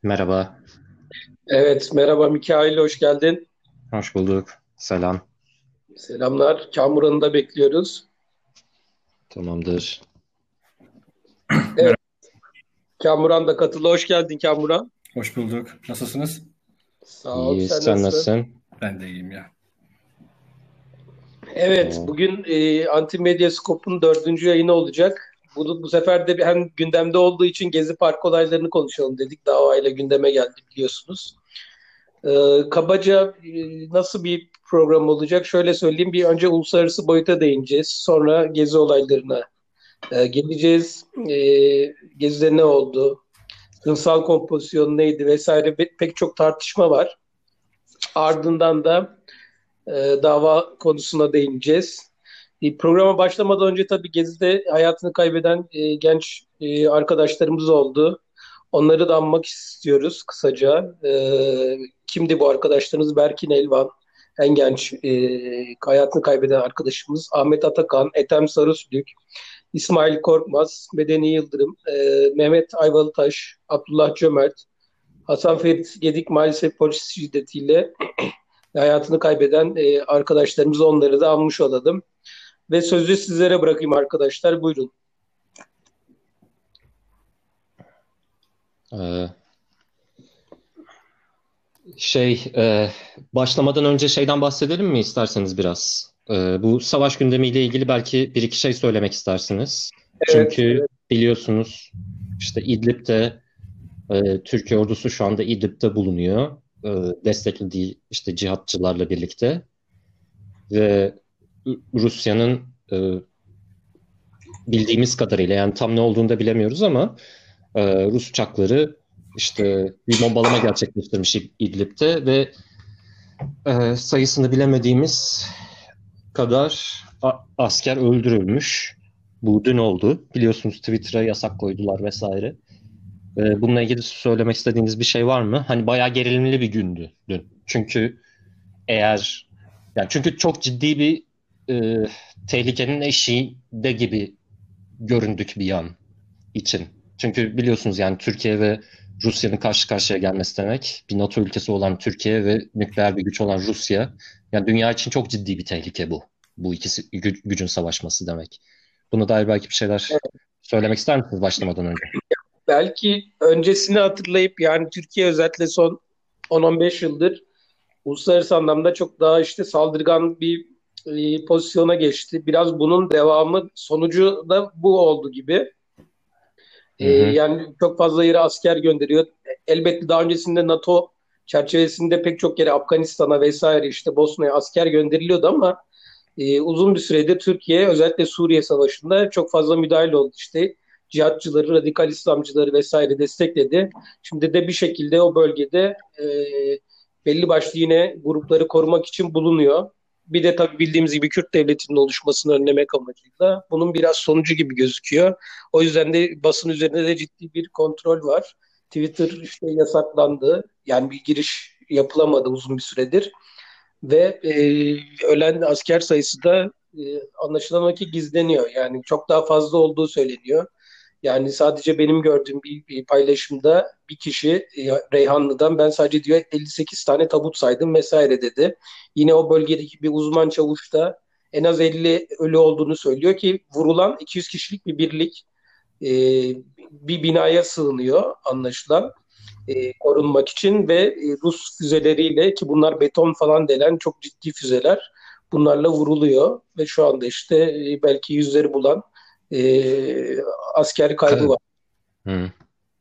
Merhaba, Evet, merhaba Mikail, hoş geldin. hoş bulduk. Selam, Selamlar. Kamuran'ı da bekliyoruz. tamamdır. Evet, Merhaba, Kamuran da katılı. Hoş geldin Kamuran. hoş bulduk. Nasılsınız? Sağ ol, İyi, sen sen nasılsın? nasılsın? Ben de iyiyim ya. Evet, Tamam. bugün Antimedyaskop'un dördüncü yayını olacak. Bu sefer de hem gündemde olduğu için Gezi Park olaylarını konuşalım dedik. Davayla gündeme geldi biliyorsunuz. Kabaca nasıl bir program olacak? Şöyle söyleyeyim, bir önce uluslararası boyuta değineceğiz. Sonra Gezi olaylarına geleceğiz. Gezi'de ne oldu? Sınıfsal kompozisyon neydi vesaire pek çok tartışma var. Ardından da dava konusuna değineceğiz. Programa başlamadan önce tabii Gezi'de hayatını kaybeden genç arkadaşlarımız oldu. Onları da anmak istiyoruz kısaca. Kimdi bu arkadaşlarımız? Berkin Elvan, en genç hayatını kaybeden arkadaşımız. Ahmet Atakan, Ethem Sarısülük, İsmail Korkmaz, Medeni Yıldırım, Mehmet Ayvalıtaş, Abdullah Cömert, Hasan Ferit Gedik maalesef polis şiddetiyle hayatını kaybeden arkadaşlarımız, onları da anmış olalım. Ve sözü sizlere bırakayım arkadaşlar. Buyurun. Ee, şey, e, Başlamadan önce şeyden bahsedelim mi isterseniz biraz? Bu savaş gündemiyle ilgili belki bir iki şey söylemek istersiniz. Evet, Çünkü evet. biliyorsunuz işte İdlib'de Türkiye ordusu şu anda İdlib'de bulunuyor. Desteklediği işte cihatçılarla birlikte ve Rusya'nın bildiğimiz kadarıyla yani tam ne olduğunu da bilemiyoruz ama Rus uçakları işte bir bombalama gerçekleştirmiş İdlib'de ve sayısını bilemediğimiz kadar asker öldürülmüş. Bu dün oldu. Biliyorsunuz Twitter'a yasak koydular vesaire. Bununla ilgili söylemek istediğiniz bir şey var mı? Hani bayağı gerilimli bir gündü dün. Çünkü eğer yani çünkü çok ciddi bir e, tehlikenin eşiğinde gibi göründük bir an için. Çünkü biliyorsunuz yani Türkiye ve Rusya'nın karşı karşıya gelmesi demek, bir NATO ülkesi olan Türkiye ve nükleer bir güç olan Rusya. Yani dünya için çok ciddi bir tehlike bu. Bu ikisi gücün savaşması demek. Buna dair belki bir şeyler söylemek ister misiniz başlamadan önce? Belki öncesini hatırlayıp yani Türkiye özellikle son 10-15 yıldır uluslararası anlamda çok daha işte saldırgan bir pozisyona geçti. Biraz bunun devamı sonucu da bu oldu gibi. Hı hı. Yani çok fazla yere asker gönderiyor. Elbette daha öncesinde NATO çerçevesinde pek çok yere Afganistan'a vesaire işte Bosna'ya asker gönderiliyordu ama uzun bir süredir Türkiye özellikle Suriye Savaşı'nda çok fazla müdahale oldu işte. Cihatçıları, radikal İslamcıları vesaire destekledi. Şimdi de bir şekilde o bölgede belli başlı yine grupları korumak için bulunuyor. Bir de tabii bildiğimiz gibi Kürt devletinin oluşmasını önlemek amacıyla bunun biraz sonucu gibi gözüküyor. O yüzden de basın üzerinde de ciddi bir kontrol var. Twitter işte yasaklandı. Yani bir giriş yapılamadı uzun bir süredir. Ve ölen asker sayısı da anlaşılan o ki gizleniyor. Yani çok daha fazla olduğu söyleniyor. Yani sadece benim gördüğüm bir paylaşımda bir kişi Reyhanlı'dan ben sadece diyor 58 tane tabut saydım vesaire dedi. Yine o bölgedeki bir uzman çavuş da en az 50 ölü olduğunu söylüyor ki vurulan 200 kişilik bir birlik e, bir binaya sığınıyor anlaşılan korunmak için ve Rus füzeleriyle ki bunlar beton falan denen çok ciddi füzeler bunlarla vuruluyor ve şu anda işte belki yüzleri bulan asker kaybı var. Hı.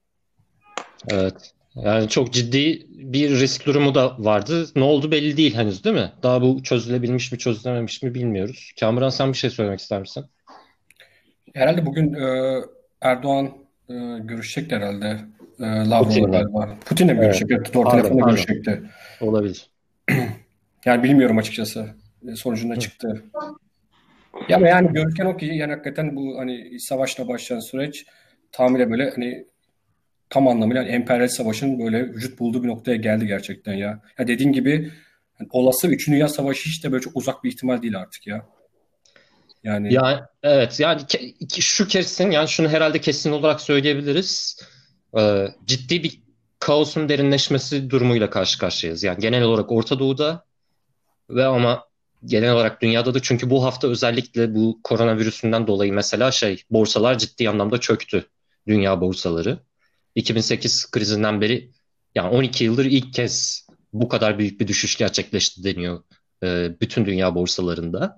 Evet. Yani çok ciddi bir risk durumu da vardı. Ne oldu belli değil henüz, değil mi? Daha bu çözülebilmiş mi, çözülememiş mi bilmiyoruz. Kamuran sen bir şey söylemek ister misin? Herhalde bugün Erdoğan görüşecekti herhalde. Lavrov'la Putin'le. galiba. Putin'le mi Evet. görüşecekti? Evet, doğru, Pardon, telefonla pardon. görüşecekti. Olabilir. Yani bilmiyorum açıkçası. Sonucunda Hı. çıktı. Ya ama yani görürken o ki yani hakikaten bu hani savaşla başlayan süreç tamamıyla böyle hani tam anlamıyla hani emperyal savaşın böyle vücut bulduğu bir noktaya geldi gerçekten ya. Ya dediğin gibi hani olası 3. Dünya Savaşı hiç de böyle çok uzak bir ihtimal değil artık ya. Yani Yani evet yani şu kesin yani şunu herhalde kesin olarak söyleyebiliriz. Ciddi bir kaosun derinleşmesi durumuyla karşı karşıyayız. Yani genel olarak Orta Doğu'da ve ama genel olarak dünyada da, çünkü bu hafta özellikle bu koronavirüsünden dolayı mesela borsalar ciddi anlamda çöktü. Dünya borsaları. 2008 krizinden beri, yani 12 yıldır ilk kez bu kadar büyük bir düşüş gerçekleşti deniyor bütün dünya borsalarında.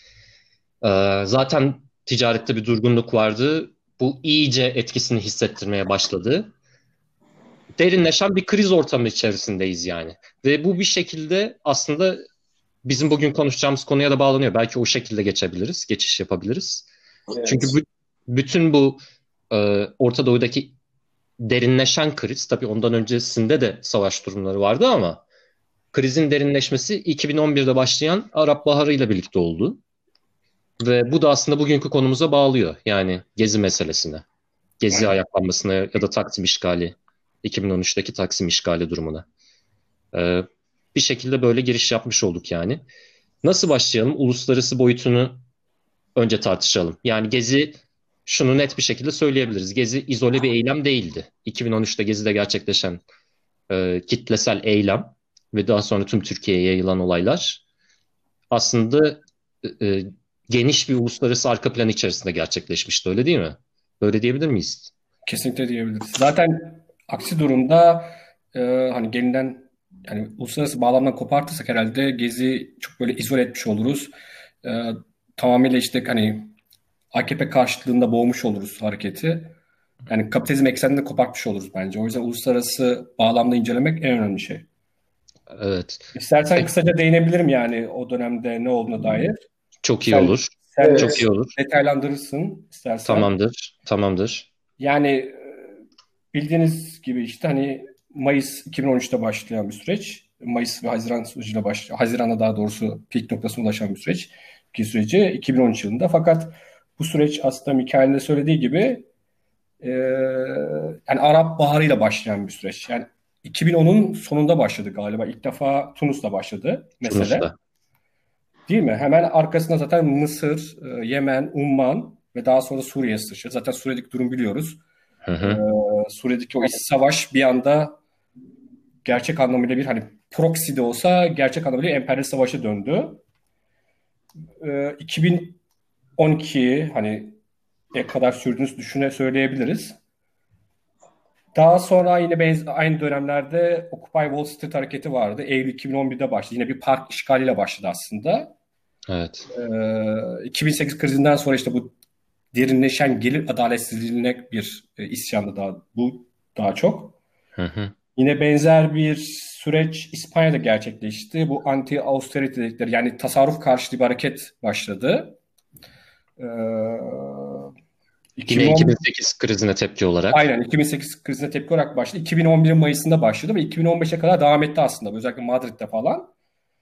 Zaten ticarette bir durgunluk vardı. Bu iyice etkisini hissettirmeye başladı. Derinleşen bir kriz ortamı içerisindeyiz yani. Ve bu bir şekilde aslında bizim bugün konuşacağımız konuya da bağlanıyor. Belki o şekilde geçiş yapabiliriz. Evet. Çünkü bütün bu Orta Doğu'daki derinleşen kriz, tabii ondan öncesinde de savaş durumları vardı ama krizin derinleşmesi 2011'de başlayan Arap Baharı ile birlikte oldu. Ve bu da aslında bugünkü konumuza bağlıyor. Yani Gezi meselesine. Gezi ayaklanmasına ya da Taksim işgali. 2013'teki Taksim işgali durumuna. Bir şekilde böyle giriş yapmış olduk yani. Nasıl başlayalım? Uluslararası boyutunu önce tartışalım. Yani Gezi, şunu net bir şekilde söyleyebiliriz. Gezi izole bir eylem değildi. 2013'te Gezi'de gerçekleşen kitlesel eylem ve daha sonra tüm Türkiye'ye yayılan olaylar aslında geniş bir uluslararası arka plan içerisinde gerçekleşmişti, öyle değil mi? Böyle diyebilir miyiz? Kesinlikle diyebiliriz. Zaten aksi durumda hani gelinden, yani uluslararası bağlamdan kopartırsak herhalde Gezi çok böyle izole etmiş oluruz. Tamamıyla işte hani AKP karşıtlığında boğmuş oluruz hareketi. Yani kapitalizm ekseninde kopartmış oluruz bence. O yüzden uluslararası bağlamda incelemek en önemli şey. Evet. İstersen kısaca değinebilirim yani o dönemde ne olduğuna dair. Çok iyi olur. Sen Çok iyi olur. detaylandırırsın istersen. Tamamdır. Yani bildiğiniz gibi işte hani Mayıs 2013'te başlayan bir süreç. Mayıs ve Haziran sürecine Haziran'da daha doğrusu peak noktasına ulaşan bir süreç. Ki süreci 2013 yılında. Fakat bu süreç aslında Mikail'in de söylediği gibi yani Arap Baharı'yla başlayan bir süreç. Yani 2010'un sonunda başladı galiba. İlk defa Tunus'ta başladı mesele. Tunus'ta. Değil mi? Hemen arkasında zaten Mısır, Yemen, Umman ve daha sonra Suriye sıçradı. Zaten Suriye'deki durum biliyoruz. Suriye'deki o iç savaş bir anda gerçek anlamıyla bir hani proxy de olsa gerçek anlamıyla emperyal savaşa döndü. 2012 hani ne kadar sürdüğünü söyleyebiliriz. Daha sonra yine aynı dönemlerde Occupy Wall Street hareketi vardı. Eylül 2011'de başladı. Yine bir park işgaliyle başladı aslında. Evet. 2008 krizinden sonra işte bu derinleşen gelir adaletsizliğine bir isyandı daha çok. Yine benzer bir süreç İspanya'da gerçekleşti. Bu anti-austerity dedikleri, yani tasarruf karşıtı bir hareket başladı. Yine 2008 krizine tepki olarak. Aynen, 2008 krizine tepki olarak başladı. 2011 Mayıs'ında başladı ve 2015'e kadar devam etti aslında. Özellikle Madrid'de falan.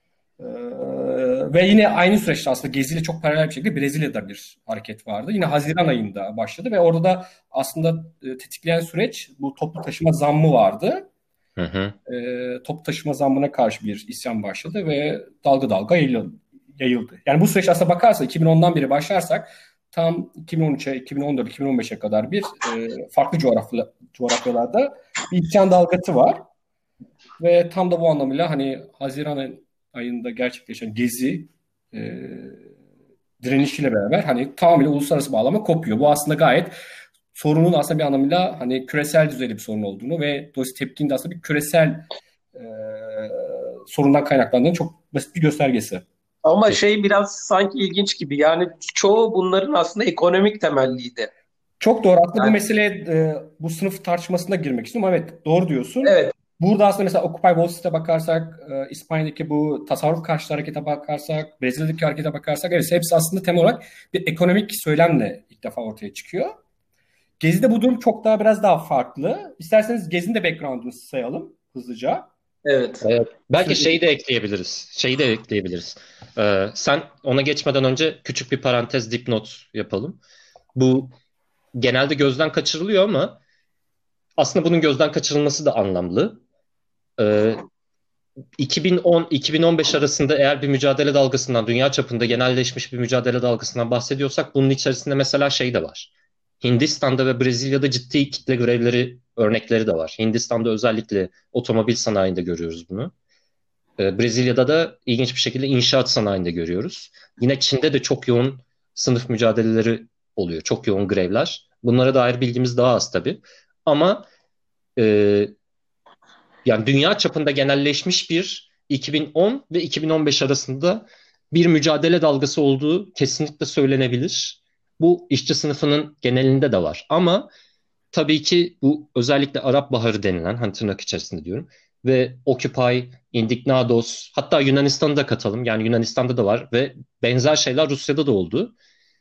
Ve yine aynı süreçte aslında Gezi ile çok paralel bir şekilde Brezilya'da bir hareket vardı. Yine Haziran ayında başladı ve orada da aslında tetikleyen süreç bu toplu taşıma zammı vardı. Toplu taşıma zammına karşı bir isyan başladı ve dalga dalga yayıldı. Yani bu süreç aslında bakarsa 2010'dan beri başlarsak tam 2013'e, 2014, 2015'e kadar bir farklı coğrafyalarda bir isyan dalgası var. Ve tam da bu anlamıyla hani Haziran ayında gerçekleşen Gezi direnişiyle beraber hani tamamıyla uluslararası bağlama kopuyor. Bu aslında gayet sorunun aslında bir anlamıyla hani küresel düzeyde bir sorun olduğunu ve dolayısıyla tepkinin de aslında bir küresel sorundan kaynaklandığını çok basit bir göstergesi. Ama biraz sanki ilginç gibi. Yani çoğu bunların aslında ekonomik temelliydi. Çok doğru. Aslında bu meseleye bu sınıf tartışmasına girmek istiyorum. Evet, doğru diyorsun. Evet. Burada aslında mesela Occupy Wall Street'e bakarsak, İspanya'daki bu tasarruf karşıtı harekete bakarsak, Brezilya'daki harekete bakarsak, evet, hepsi aslında temel olarak bir ekonomik söylemle ilk defa ortaya çıkıyor. Gezi'de bu durum biraz daha farklı. İsterseniz Gezi'nin de background'unu sayalım hızlıca. Evet. Belki şeyi de ekleyebiliriz. Sen ona geçmeden önce küçük bir parantez dipnot yapalım. Bu genelde gözden kaçırılıyor ama aslında bunun gözden kaçırılması da anlamlı. 2010-2015 arasında eğer bir mücadele dalgasından, dünya çapında genelleşmiş bir mücadele dalgasından bahsediyorsak bunun içerisinde mesela şey de var. Hindistan'da ve Brezilya'da ciddi kitle grevleri örnekleri de var. Hindistan'da özellikle otomobil sanayinde görüyoruz bunu. Brezilya'da da ilginç bir şekilde inşaat sanayinde görüyoruz. Yine Çin'de de çok yoğun sınıf mücadeleleri oluyor. Çok yoğun grevler. Bunlara dair bilgimiz daha az tabii. Ama e, yani dünya çapında genelleşmiş bir 2010 ve 2015 arasında bir mücadele dalgası olduğu kesinlikle söylenebilir. Bu işçi sınıfının genelinde de var. Ama tabii ki bu özellikle Arap Baharı denilen, hani tırnak içerisinde diyorum, ve Occupy, Indignados, hatta Yunanistan'ı da katalım. Yani Yunanistan'da da var ve benzer şeyler Rusya'da da oldu.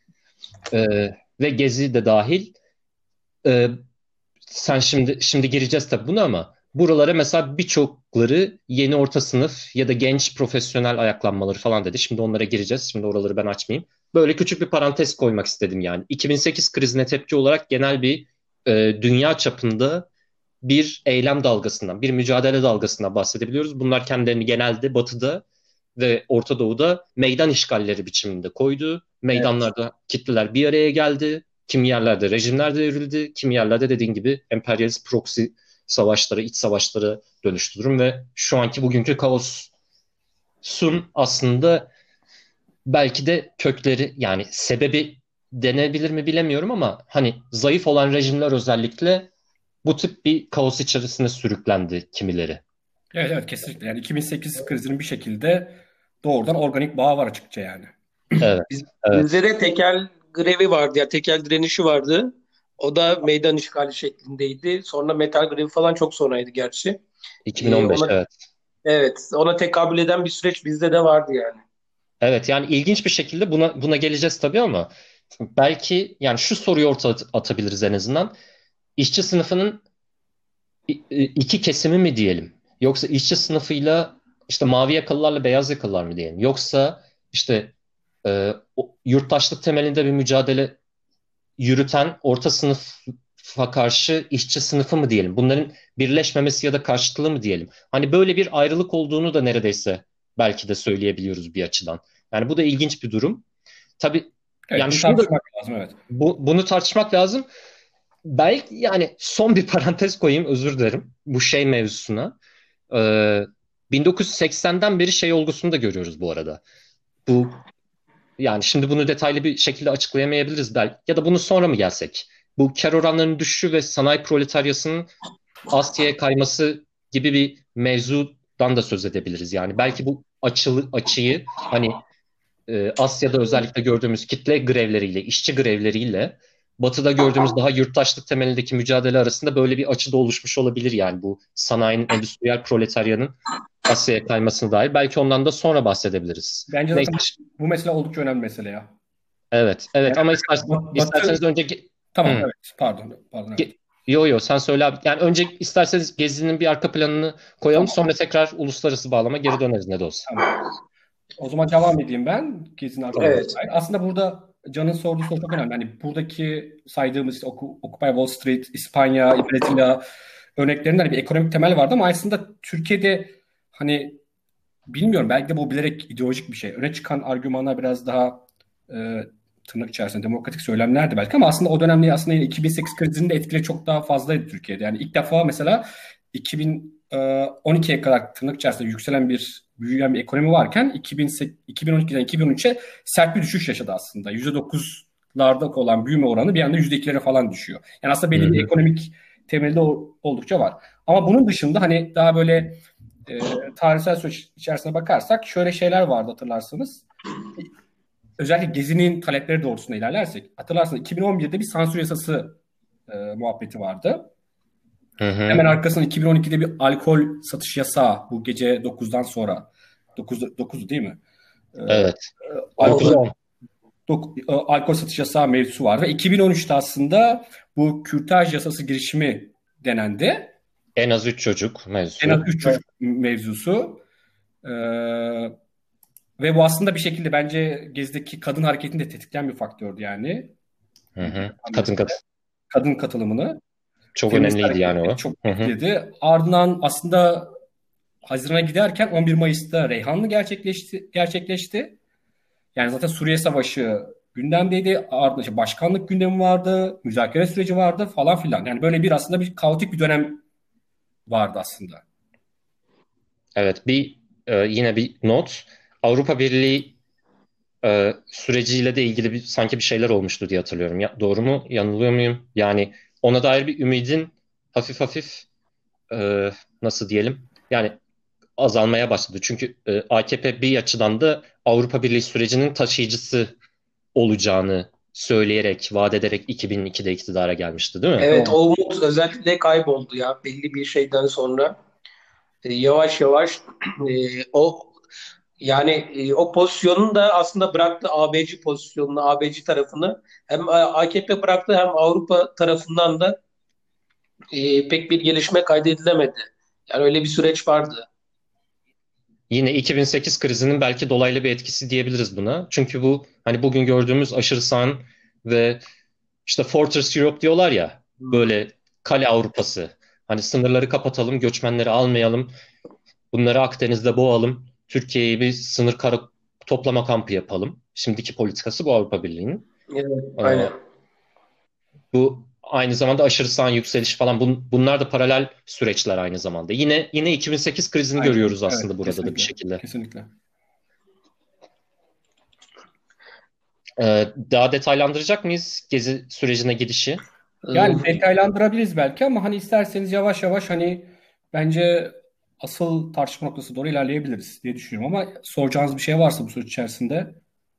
Ve Gezi de dahil. Ee, Sen şimdi gireceğiz tabii buna ama buralara mesela birçokları yeni orta sınıf ya da genç profesyonel ayaklanmaları falan dedi. Şimdi onlara gireceğiz. Şimdi oraları ben açmayayım. Böyle küçük bir parantez koymak istedim yani. 2008 krizine tepki olarak genel bir dünya çapında bir eylem dalgasından, bir mücadele dalgasından bahsedebiliyoruz. Bunlar kendilerini genelde Batı'da ve Orta Doğu'da meydan işgalleri biçiminde koydu. Meydanlarda kitleler bir araya geldi. Kimi yerlerde rejimler devrildi, kimi yerlerde dediğin gibi emperyalist proxy savaşları, iç savaşları dönüştü durum ve şu anki bugünkü kaosun aslında belki de kökleri, yani sebebi denebilir mi bilemiyorum ama hani zayıf olan rejimler özellikle bu tip bir kaos içerisine sürüklendi kimileri. Evet, evet, kesinlikle. Yani 2008 krizinin bir şekilde doğrudan organik bağı var açıkça yani. Evet, Bizde evet. de tekel grevi vardı ya, tekel direnişi vardı. O da meydan işgali şeklindeydi. Sonra metal grevi falan çok sonraydı gerçi. 2015, Ona evet. evet, ona tekabül eden bir süreç bizde de vardı yani. Evet, yani ilginç bir şekilde buna geleceğiz tabii ama belki yani şu soruyu ortaya atabiliriz en azından. İşçi sınıfının iki kesimi mi diyelim? Yoksa işçi sınıfıyla işte mavi yakalılarla beyaz yakalılar mı diyelim? Yoksa işte yurttaşlık temelinde bir mücadele yürüten orta sınıfa karşı işçi sınıfı mı diyelim? Bunların birleşmemesi ya da karşıtlığı mı diyelim? Hani böyle bir ayrılık olduğunu da neredeyse belki de söyleyebiliyoruz bir açıdan. Yani bu da ilginç bir durum. Tabii Evet, yani bunu şunu da tartışmak lazım, evet. bunu tartışmak lazım. Belki yani son bir parantez koyayım, özür dilerim bu şey mevzusuna. Ee, 1980'den beri şey olgusunu da görüyoruz bu arada. Bu yani şimdi bunu detaylı bir şekilde açıklayamayabiliriz belki ya da bunu sonra mı gelsek? Bu kar oranlarının düşüşü ve sanayi proletaryasının Asya'ya kayması gibi bir mevzudan da söz edebiliriz. Yani belki bu açıyı hani Asya'da özellikle gördüğümüz kitle grevleriyle, işçi grevleriyle Batı'da gördüğümüz daha yurttaşlık temelindeki mücadele arasında böyle bir açı da oluşmuş olabilir yani bu sanayinin, endüstriyel proletaryanın Asya'ya kaymasına dair. Belki ondan da sonra bahsedebiliriz. Bence Neyse, zaten bu mesele oldukça önemli mesele ya. evet, evet Yani ama Batı, isterseniz önce tamam, Hı. evet, pardon, evet. Yo sen söyle abi. Yani önce isterseniz Gezi'nin bir arka planını koyalım Tamam, sonra tekrar uluslararası bağlama geri döneriz ne de olsa. tamam. O zaman devam edeyim ben Gezi'nin arkasına Evet. dair. Aslında burada Can'ın sorduğu soru çok önemli. Hani buradaki saydığımız işte Occupy Wall Street, İspanya, Brezilya örneklerinden hani bir ekonomik temel vardı ama aslında Türkiye'de hani bilmiyorum, belki de bu bilerek ideolojik bir şey. Öne çıkan argümanlar biraz daha tırnak içerisinde demokratik söylemlerdi belki ama aslında o dönemde aslında yine 2008 krizinin de etkileri çok daha fazlaydı Türkiye'de. Yani ilk defa mesela 2012'ye kadar tırnak içerisinde büyüyen bir ekonomi varken 2012'den 2013'e sert bir düşüş yaşadı aslında. %9'larda olan büyüme oranı bir anda %2'lere falan düşüyor. Yani aslında belli bir ekonomik temelde oldukça var. Ama bunun dışında hani daha böyle tarihsel süreç içerisine bakarsak şöyle şeyler vardı hatırlarsanız. Özellikle Gezi'nin talepleri doğrultusunda ilerlersek hatırlarsanız 2011'de bir sansür yasası muhabbeti vardı. Hı Hemen hı. arkasında 2012'de bir alkol satış yasağı, bu gece 9'dan sonra 9'du değil mi? Evet. Alkol 9-10. alkol satış yasağı mevzusu var ve 2013'te aslında bu kürtaj yasası girişimi denendi. En az 3 çocuk En az mevzusu. 3 çocuk mevzusu. Ve bu aslında bir şekilde bence Gezi'deki kadın hareketini de tetikleyen bir faktördü yani. Hı hı. Kadın kat Kadın katılımını. çok Feminist önemliydi yani hareketi o. çok Hı hı. etkiledi. Ardından aslında Haziran'a giderken 11 Mayıs'ta Reyhanlı gerçekleşti. Yani zaten Suriye Savaşı gündemdeydi. Ardından işte başkanlık gündemi vardı, müzakere süreci vardı falan filan. Yani böyle bir aslında bir kaotik bir dönem vardı aslında. Evet, yine bir not. Avrupa Birliği süreciyle de ilgili sanki bir şeyler olmuştu diye hatırlıyorum. Doğru mu? Yanılıyor muyum? Yani ona dair bir ümidin hafif hafif nasıl diyelim? Yani azalmaya başladı. Çünkü AKP bir açıdan da Avrupa Birliği sürecinin taşıyıcısı olacağını söyleyerek, vaat ederek 2002'de iktidara gelmişti, değil mi? Evet, Doğru. o umut özellikle kayboldu ya belli bir şeyden sonra. Yavaş yavaş o yani o pozisyonun da aslında bıraktığı AB'ci pozisyonunu, AB'ci tarafını hem AKP bıraktı hem Avrupa tarafından da pek bir gelişme kaydedilemedi. Yani öyle bir süreç vardı. Yine 2008 krizinin belki dolaylı bir etkisi diyebiliriz buna. Çünkü bu hani bugün gördüğümüz aşırı sağın ve işte Fortress Europe diyorlar ya, böyle kale Avrupası. Hani sınırları kapatalım, göçmenleri almayalım, bunları Akdeniz'de boğalım, Türkiye'yi bir sınır toplama kampı yapalım. Şimdiki politikası bu Avrupa Birliği'nin. Evet, Ee, aynen. Bu aynı zamanda aşırı sağın yükseliş falan, bunlar da paralel süreçler aynı zamanda. Yine 2008 krizini Aynen. görüyoruz Evet, aslında burada da bir kesinlikle. şekilde. Kesinlikle. Daha detaylandıracak mıyız gezi sürecine gidişi? Yani detaylandırabiliriz belki ama hani isterseniz yavaş yavaş hani bence asıl tartışma noktası doğru ilerleyebiliriz diye düşünüyorum ama soracağınız bir şey varsa bu süreç içerisinde.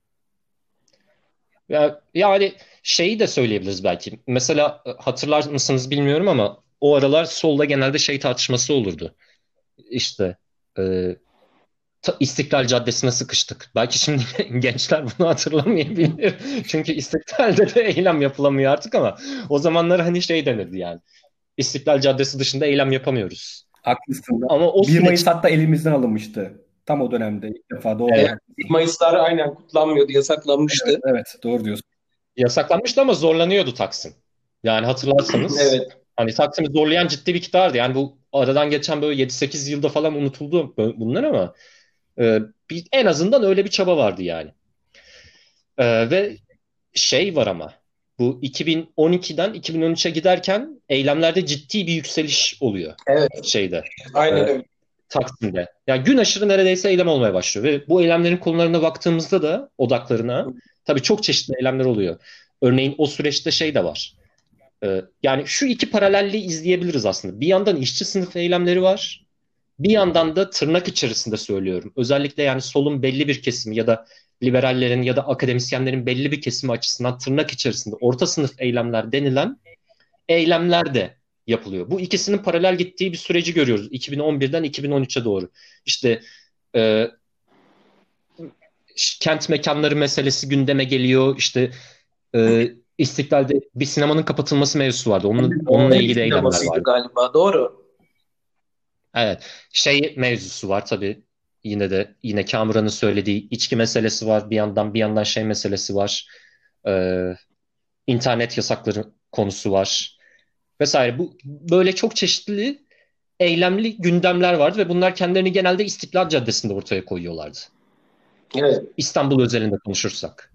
Yani şeyi de söyleyebiliriz belki. Mesela hatırlar mısınız bilmiyorum ama o aralar solda genelde şey tartışması olurdu. İşte e, İstiklal Caddesi'ne sıkıştık. Belki şimdi gençler bunu hatırlamayabilir. Çünkü İstiklal'de de eylem yapılamıyor artık ama o zamanlar hani şey denirdi yani. İstiklal Caddesi dışında eylem yapamıyoruz. Haklısın. Ama o 1 süreç, Mayıs hatta elimizden alınmıştı. Tam o dönemde ilk defa doğru. Evet, Haklısın. 1 Mayıslar aynen kutlanmıyordu, Evet, yasaklanmıştı. evet doğru diyorsun. yasaklanmıştı ama zorlanıyordu Taksim. Yani hatırlarsanız Evet, hani Taksim'i zorlayan ciddi bir iktidardı. Yani bu aradan geçen böyle 7-8 yılda falan unutuldu bunlar ama e, en azından öyle bir çaba vardı yani. Ve şey var ama bu 2012'den 2013'e giderken eylemlerde ciddi bir yükseliş oluyor evet, şeyde. aynen e, öyle. Taksim'de. Yani gün aşırı neredeyse eylem olmaya başlıyor. Ve bu eylemlerin konularına baktığımızda da odaklarına tabii çok çeşitli eylemler oluyor. Örneğin o süreçte şey de var. Yani şu iki paralelliği izleyebiliriz aslında. Bir yandan işçi sınıf eylemleri var. Bir yandan da tırnak içerisinde söylüyorum. Özellikle yani solun belli bir kesimi ya da liberallerin ya da akademisyenlerin belli bir kesimi açısından tırnak içerisinde orta sınıf eylemler denilen eylemler de yapılıyor. Bu ikisinin paralel gittiği bir süreci görüyoruz 2011'den 2013'e doğru. İşte e, kent mekanları meselesi gündeme geliyor. İşte İstiklal'de bir sinemanın kapatılması mevzusu vardı. Onunla Orada bir ilgili eylemler sinemasıydı vardı. galiba, doğru. Evet. Şey mevzusu var tabii. Yine Kamuran'ın söylediği içki meselesi var. Bir yandan şey meselesi var. Ee, internet yasakları konusu var. Vesaire. Bu böyle çok çeşitli eylemli gündemler vardı ve bunlar kendilerini genelde İstiklal Caddesi'nde ortaya koyuyorlardı. Evet. İstanbul özelinde konuşursak.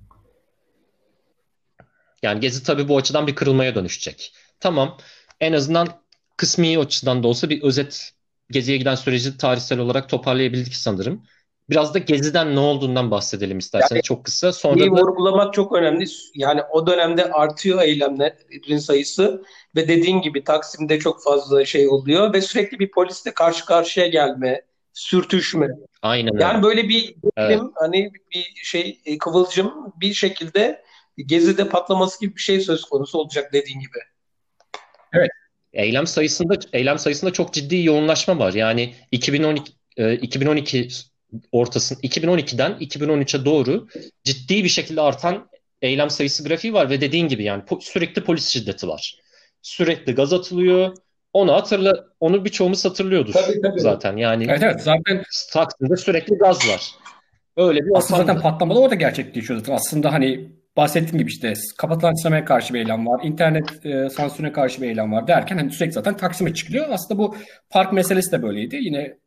Yani Gezi tabii bu açıdan bir kırılmaya dönüşecek. Tamam. En azından kısmi açıdan da olsa bir özet Gezi'ye giden süreci tarihsel olarak toparlayabildik sanırım. Biraz da Gezi'den ne olduğundan bahsedelim isterseniz çok kısa. İyi Sonra da vurgulamak çok önemli. Yani o dönemde artıyor eylemlerin sayısı ve dediğin gibi Taksim'de çok fazla şey oluyor ve sürekli bir polisle karşı karşıya gelme, sürtüşme. aynen Yani öyle. böyle bir Evet. gerilim, hani bir şey kıvılcım bir şekilde Gezi'de patlaması gibi bir şey söz konusu olacak dediğin gibi. Evet. Eylem sayısında çok ciddi yoğunlaşma var. Yani 2012 2012'den 2013'e doğru ciddi bir şekilde artan eylem sayısı grafiği var ve dediğin gibi yani sürekli polis şiddeti var. Sürekli gaz atılıyor. Onu birçoğumuz hatırlıyordur Tabii, tabii. zaten. Yani Evet, evet. Zaten Taksim'de sürekli gaz var. Öyle bir aslında zaten ortamdı. patlama da orada gerçekleşiyor zaten. Aslında hani bahsettiğim gibi işte kapatılan sinemaya karşı bir eylem var. İnternet sansürüne karşı bir eylem var derken hani sürekli zaten Taksim'e çıkılıyor. Aslında bu park meselesi de böyleydi. Yine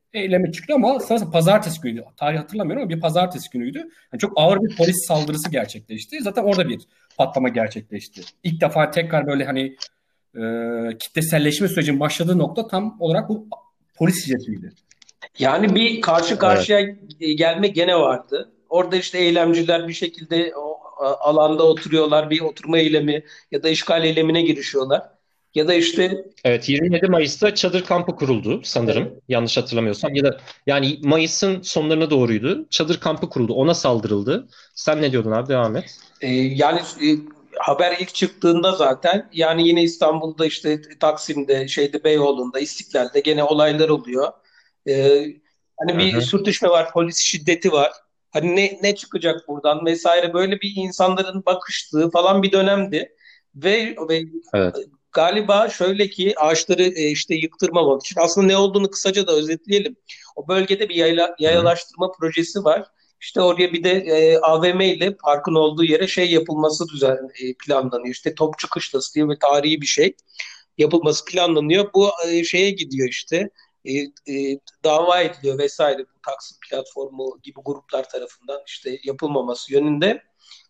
eyleme çıktı ama sanırsam pazartesi günüydü. Tarih hatırlamıyorum ama bir pazartesi günüydü. Yani çok ağır bir polis saldırısı gerçekleşti. Zaten orada bir patlama gerçekleşti. İlk defa tekrar böyle hani kitleselleşme sürecinin başladığı nokta tam olarak bu polis şiddetiydi. Yani bir karşı karşıya gelme gene vardı. Orada işte eylemciler bir şekilde o alanda oturuyorlar, bir oturma eylemi ya da işgal eylemine girişiyorlar. Ya da işte Evet, 27 Mayıs'ta çadır kampı kuruldu sanırım. Yanlış hatırlamıyorsam. Ya da yani Mayıs'ın sonlarına doğruydu. Çadır kampı kuruldu. Ona saldırıldı. Sen ne diyordun abi? Devam et. yani haber ilk çıktığında zaten yani yine İstanbul'da işte Taksim'de, şeyde Beyoğlu'nda, İstiklal'de gene olaylar oluyor. E, Hani Hı bir hı. sürtüşme var, polis şiddeti var. Hani ne çıkacak buradan vesaire böyle bir insanların bakıştığı falan bir dönemdi. Ve Evet. galiba şöyle ki ağaçları işte yıktırmamak için aslında ne olduğunu kısaca da özetleyelim. O bölgede bir Hı hı. yayalaştırma projesi var. İşte oraya bir de AVM ile parkın olduğu yere şey yapılması planlanıyor. İşte Topçu Kışlası diye ve tarihi bir şey yapılması planlanıyor. Bu şeye gidiyor işte e, dava ediliyor vesaire bu Taksim platformu gibi gruplar tarafından işte yapılmaması yönünde.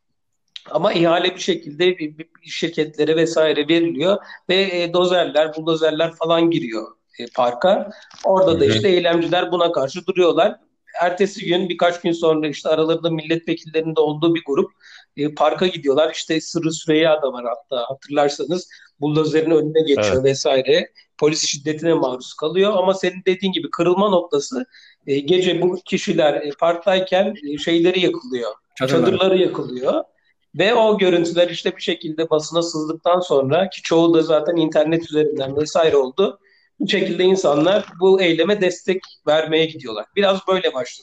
Ama ihale bir şekilde bir şirketlere vesaire veriliyor ve buldozerler falan giriyor parka. Hı Orada da hı. işte eylemciler buna karşı duruyorlar. Ertesi gün birkaç gün sonra işte aralarında milletvekillerinin de olduğu bir grup parka gidiyorlar. İşte Sırrı Süreyya da var hatta hatırlarsanız buldozerin önüne Evet. geçiyor vesaire. Polis şiddetine maruz kalıyor ama senin dediğin gibi kırılma noktası gece bu kişiler parktayken şeyleri yakılıyor. Çadırları. Çadırları yakılıyor. Ve o görüntüler işte bir şekilde basına sızdıktan sonra ki çoğu da zaten internet üzerinden vesaire oldu. Bu şekilde insanlar bu eyleme destek vermeye gidiyorlar. Biraz böyle başladı.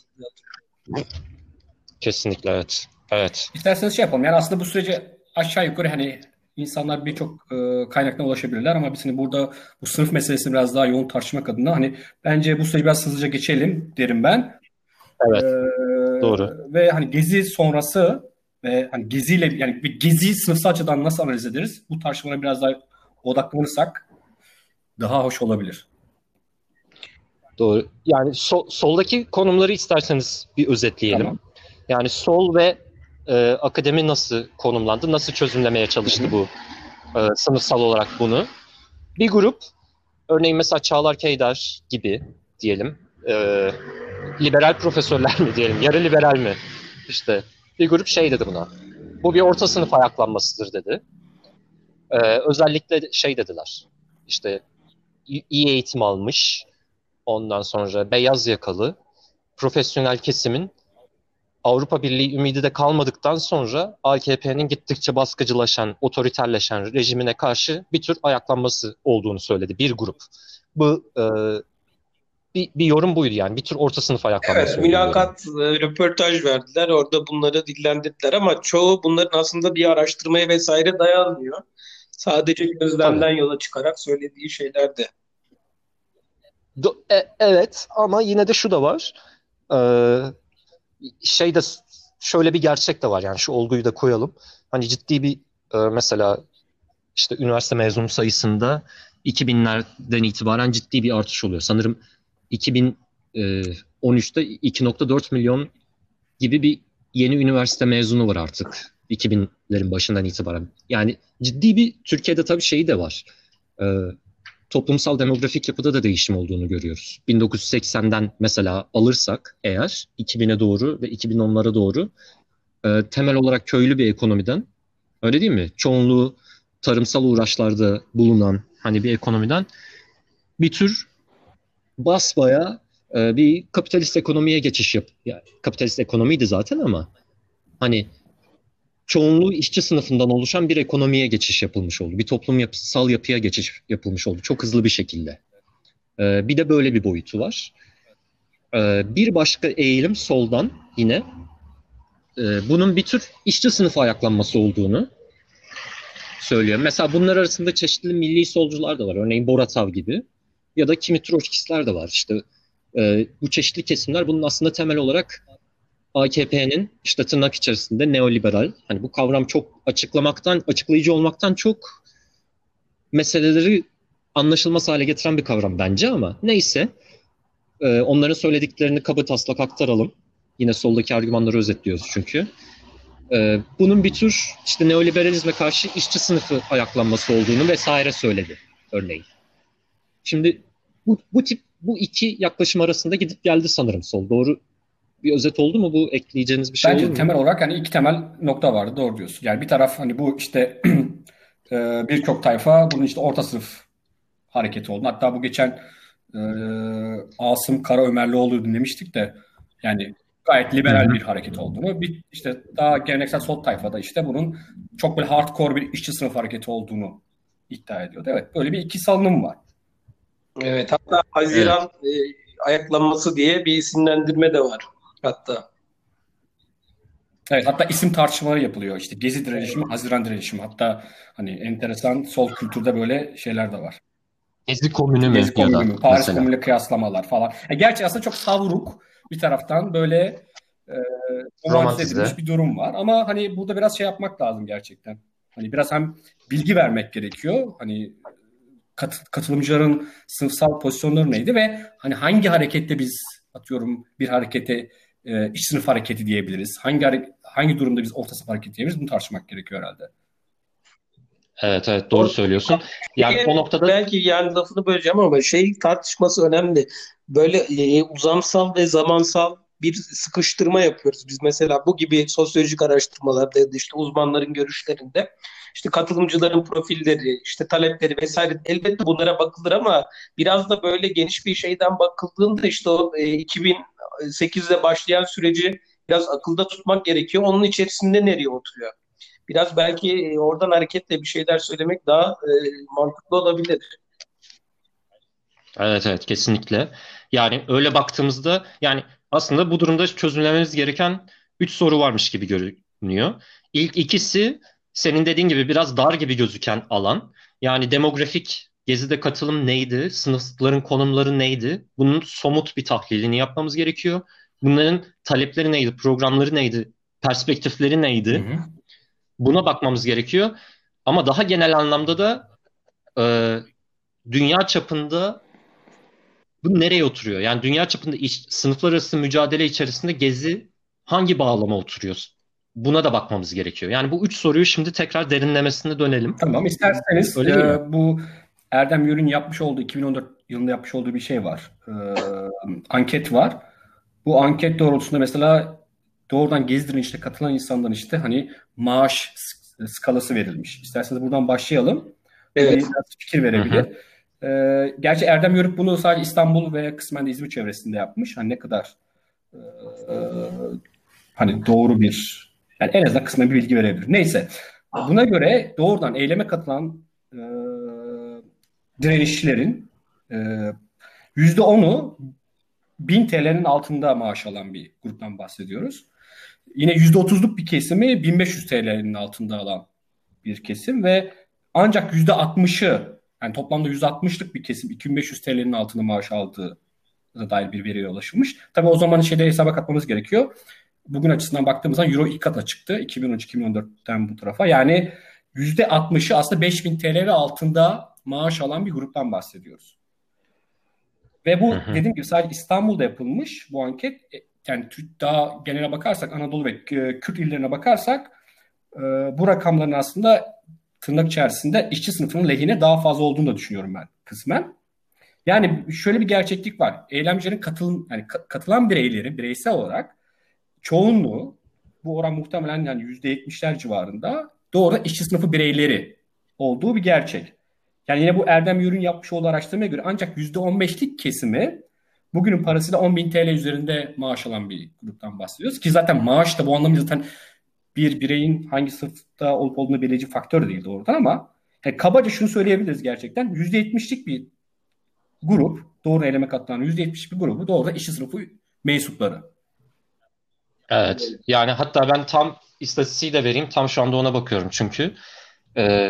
Kesinlikle evet. Evet. İsterseniz şey yapalım. Yani aslında bu sürece aşağı yukarı hani insanlar birçok kaynaktan ulaşabilirler ama biz hani burada bu sınıf meselesini biraz daha yoğun tartışmak adına hani bence bu süreci biraz hızlıca geçelim derim ben. E, Evet. Doğru. Ve hani Gezi sonrası ve hani Gezi'yle yani bir Gezi sınıfsal açıdan nasıl analiz ederiz? Bu tartışmalara biraz daha odaklanırsak daha hoş olabilir. Doğru. Yani soldaki konumları isterseniz bir özetleyelim. Tamam. Yani sol ve akademi nasıl konumlandı, nasıl çözümlemeye Hı çalıştı hı. bu sınıfsal olarak bunu. Bir grup, örneğin mesela Çağlar Keydar gibi diyelim, e, liberal profesörler mi diyelim, yarı liberal mi? İşte bir grup şey dedi buna. Bu bir orta sınıf ayaklanmasıdır dedi. Özellikle şey dediler. İşte iyi eğitim almış, ondan sonra beyaz yakalı, profesyonel kesimin Avrupa Birliği ümidi de kalmadıktan sonra AKP'nin gittikçe baskıcılaşan, otoriterleşen rejimine karşı bir tür ayaklanması olduğunu söyledi bir grup. Bu bir yorum buydu yani. Bir tür orta sınıf Evet, ayaklanması olduğu yorum. mülakat, röportaj verdiler. Orada bunları dillendirdiler ama çoğu bunların aslında bir araştırmaya vesaire dayanmıyor. Sadece Tabii. gözlemden yola çıkarak söylediği şeyler de. Evet ama yine de şu da var. Ee, şey de şöyle bir gerçek de var yani şu olguyu da koyalım. Hani ciddi bir mesela işte üniversite mezunu sayısında 2000'lerden itibaren ciddi bir artış oluyor. Sanırım 2013'te 2,4 milyon gibi bir yeni üniversite mezunu var artık 2000'lerin başından itibaren. Yani ciddi bir Türkiye'de tabii şeyi de var. Ee, toplumsal demografik yapıda da değişim olduğunu görüyoruz. 1980'den mesela alırsak eğer 2000'e doğru ve 2010'lara doğru temel olarak köylü bir ekonomiden öyle değil mi? Çoğunluğu tarımsal uğraşlarda bulunan hani bir ekonomiden bir tür basbaya bir kapitalist ekonomiye geçiş yani kapitalist ekonomiydi zaten ama hani çoğunluğu işçi sınıfından oluşan bir ekonomiye geçiş yapılmış oldu. Bir toplum yapısal yapıya geçiş yapılmış oldu çok hızlı bir şekilde. Bir de böyle bir boyutu var. Bir başka eğilim soldan yine bunun bir tür işçi sınıfı ayaklanması olduğunu söylüyor. Mesela bunlar arasında çeşitli milli solcular da var. Örneğin Boratav gibi. Ya da kimi Troçkistler de var. İşte bu çeşitli kesimler bunun aslında temel olarak AKP'nin işte tırnak içerisinde neoliberal. Hani bu kavram çok açıklayıcı olmaktan çok meseleleri anlaşılmaz hale getiren bir kavram bence ama neyse. Onların söylediklerini kabataslak aktaralım. Yine soldaki argümanları özetliyoruz çünkü. Bunun bir tür işte neoliberalizme karşı işçi sınıfı ayaklanması olduğunu vesaire söyledi örneğin. Şimdi bu iki yaklaşım arasında gidip geldi sanırım sol. Doğru bir özet oldu mu? Bu ekleyeceğiniz bir şey Bence olur mu? temel olarak hani iki temel nokta vardı. Doğru diyorsun. Yani bir taraf hani bu işte birçok tayfa bunun işte orta sınıf hareketi oldu. Hatta bu geçen e, Asım Karaömerlioğlu dinlemiştik de yani gayet liberal bir hareket olduğunu, bir işte daha geleneksel sol tayfada işte bunun çok böyle hardcore bir işçi sınıf hareketi olduğunu iddia ediyordu. Evet, böyle bir iki salınım var. Evet, hatta Haziran ayaklanması diye bir isimlendirme de var hatta. Evet, hatta isim tartışmaları yapılıyor. İşte Gezi direnişi mi, Haziran direnişi mi? Hatta hani enteresan sol kültürde böyle şeyler de var. Gezi komünü mü Gezi ya komünü da mü, Paris mesela? komünüyle kıyaslamalar falan. Gerçi aslında çok savruk bir taraftan böyle e, romantize edilmiş Romantize. bir durum var. Ama hani burada biraz şey yapmak lazım gerçekten. Hani biraz hem bilgi vermek gerekiyor. Hani katılımcıların sınıfsal pozisyonları neydi ve hani hangi harekette biz atıyorum bir harekete iç sınıf hareketi diyebiliriz. Hangi durumda biz orta sınıf hareketi diyebiliriz? Bunu tartışmak gerekiyor herhalde. Evet evet doğru söylüyorsun. Yani o noktada Belki yani lafını böleceğim ama şey tartışması önemli. Böyle uzamsal ve zamansal bir sıkıştırma yapıyoruz. Biz mesela bu gibi sosyolojik araştırmalarda ya da işte uzmanların görüşlerinde işte katılımcıların profilleri, işte talepleri vesaire elbette bunlara bakılır ama biraz da böyle geniş bir şeyden bakıldığında işte o 2008'de başlayan süreci biraz akılda tutmak gerekiyor. Onun içerisinde nereye oturuyor? Biraz belki oradan hareketle bir şeyler söylemek daha mantıklı olabilir. evet evet kesinlikle. Yani öyle baktığımızda yani aslında bu durumda çözümlememiz gereken 3 soru varmış gibi görünüyor. İlk ikisi senin dediğin gibi biraz dar gibi gözüken alan. Yani demografik gezide katılım neydi? Sınıfların konumları neydi? Bunun somut bir tahlilini yapmamız gerekiyor. Bunların talepleri neydi? Programları neydi? Perspektifleri Hı neydi? hı. Buna bakmamız gerekiyor. Ama daha genel anlamda da e, dünya çapında bu nereye oturuyor? Yani dünya çapında sınıflar arası mücadele içerisinde Gezi hangi bağlama oturuyor? Buna da bakmamız gerekiyor. Yani bu 3 soruyu şimdi tekrar derinlemesine dönelim. Tamam, isterseniz Öyle değil mi? bu Erdem Yörük'ün yapmış olduğu 2014 yılında yapmış olduğu bir şey var. Anket var. Bu anket doğrultusunda mesela doğrudan Gezi direnişine katılan insanların işte hani maaş skalası verilmiş. İsterseniz buradan başlayalım. Bu Evet. biraz fikir Hı hı. verebilir. Gerçi Erdem Yörük bunu sadece İstanbul ve kısmen de İzmir çevresinde yapmış. Hani ne kadar e, hani doğru bir, yani en azından kısmen bir bilgi verebilir. Neyse. Buna göre doğrudan eyleme katılan direnişçilerin e, %10'u 1000 TL'nin altında maaş alan bir gruptan bahsediyoruz. Yine %30'luk bir kesimi 1500 TL'nin altında alan bir kesim ve ancak %60'ı, yani toplamda %60'lık bir kesim 2500 TL'nin altında maaş aldığı dair bir veriye ulaşılmış. Tabii o zaman şeyde hesaba katmamız gerekiyor. Bugün açısından baktığımızda Euro ilk kata çıktı. 2013-2014'ten bu tarafa. Yani %60'ı aslında 5000 TL ve altında maaş alan bir gruptan bahsediyoruz. Ve Hı bu hı. dediğim gibi sadece İstanbul'da yapılmış bu anket. Yani daha genele bakarsak, Anadolu ve Kürt illerine bakarsak bu rakamların aslında tırnak içerisinde işçi sınıfının lehine daha fazla olduğunu da düşünüyorum ben kısmen. Yani şöyle bir gerçeklik var. Eylemcilerin katılan bireylerin bireysel olarak çoğunluğu, bu oran muhtemelen yani %70'ler civarında, doğrudan işçi sınıfı bireyleri olduğu bir gerçek. Yani yine bu Erdem Yörük'ün yapmış olduğu araştırmaya göre ancak %15'lik kesimi bugünün parasıyla 10.000 TL üzerinde maaş alan bir gruptan bahsediyoruz. Ki zaten maaş da bu anlamda zaten bir bireyin hangi sınıfta olup olduğunu belirleyici faktör de değil doğrudan ama yani kabaca şunu söyleyebiliriz gerçekten. %70'lik bir grup, doğru eyleme katılan %70 bir grubu doğrudan işçi sınıfı mensupları. Evet. Yani hatta ben tam istatistiği de vereyim. Tam şu anda ona bakıyorum çünkü. Ee,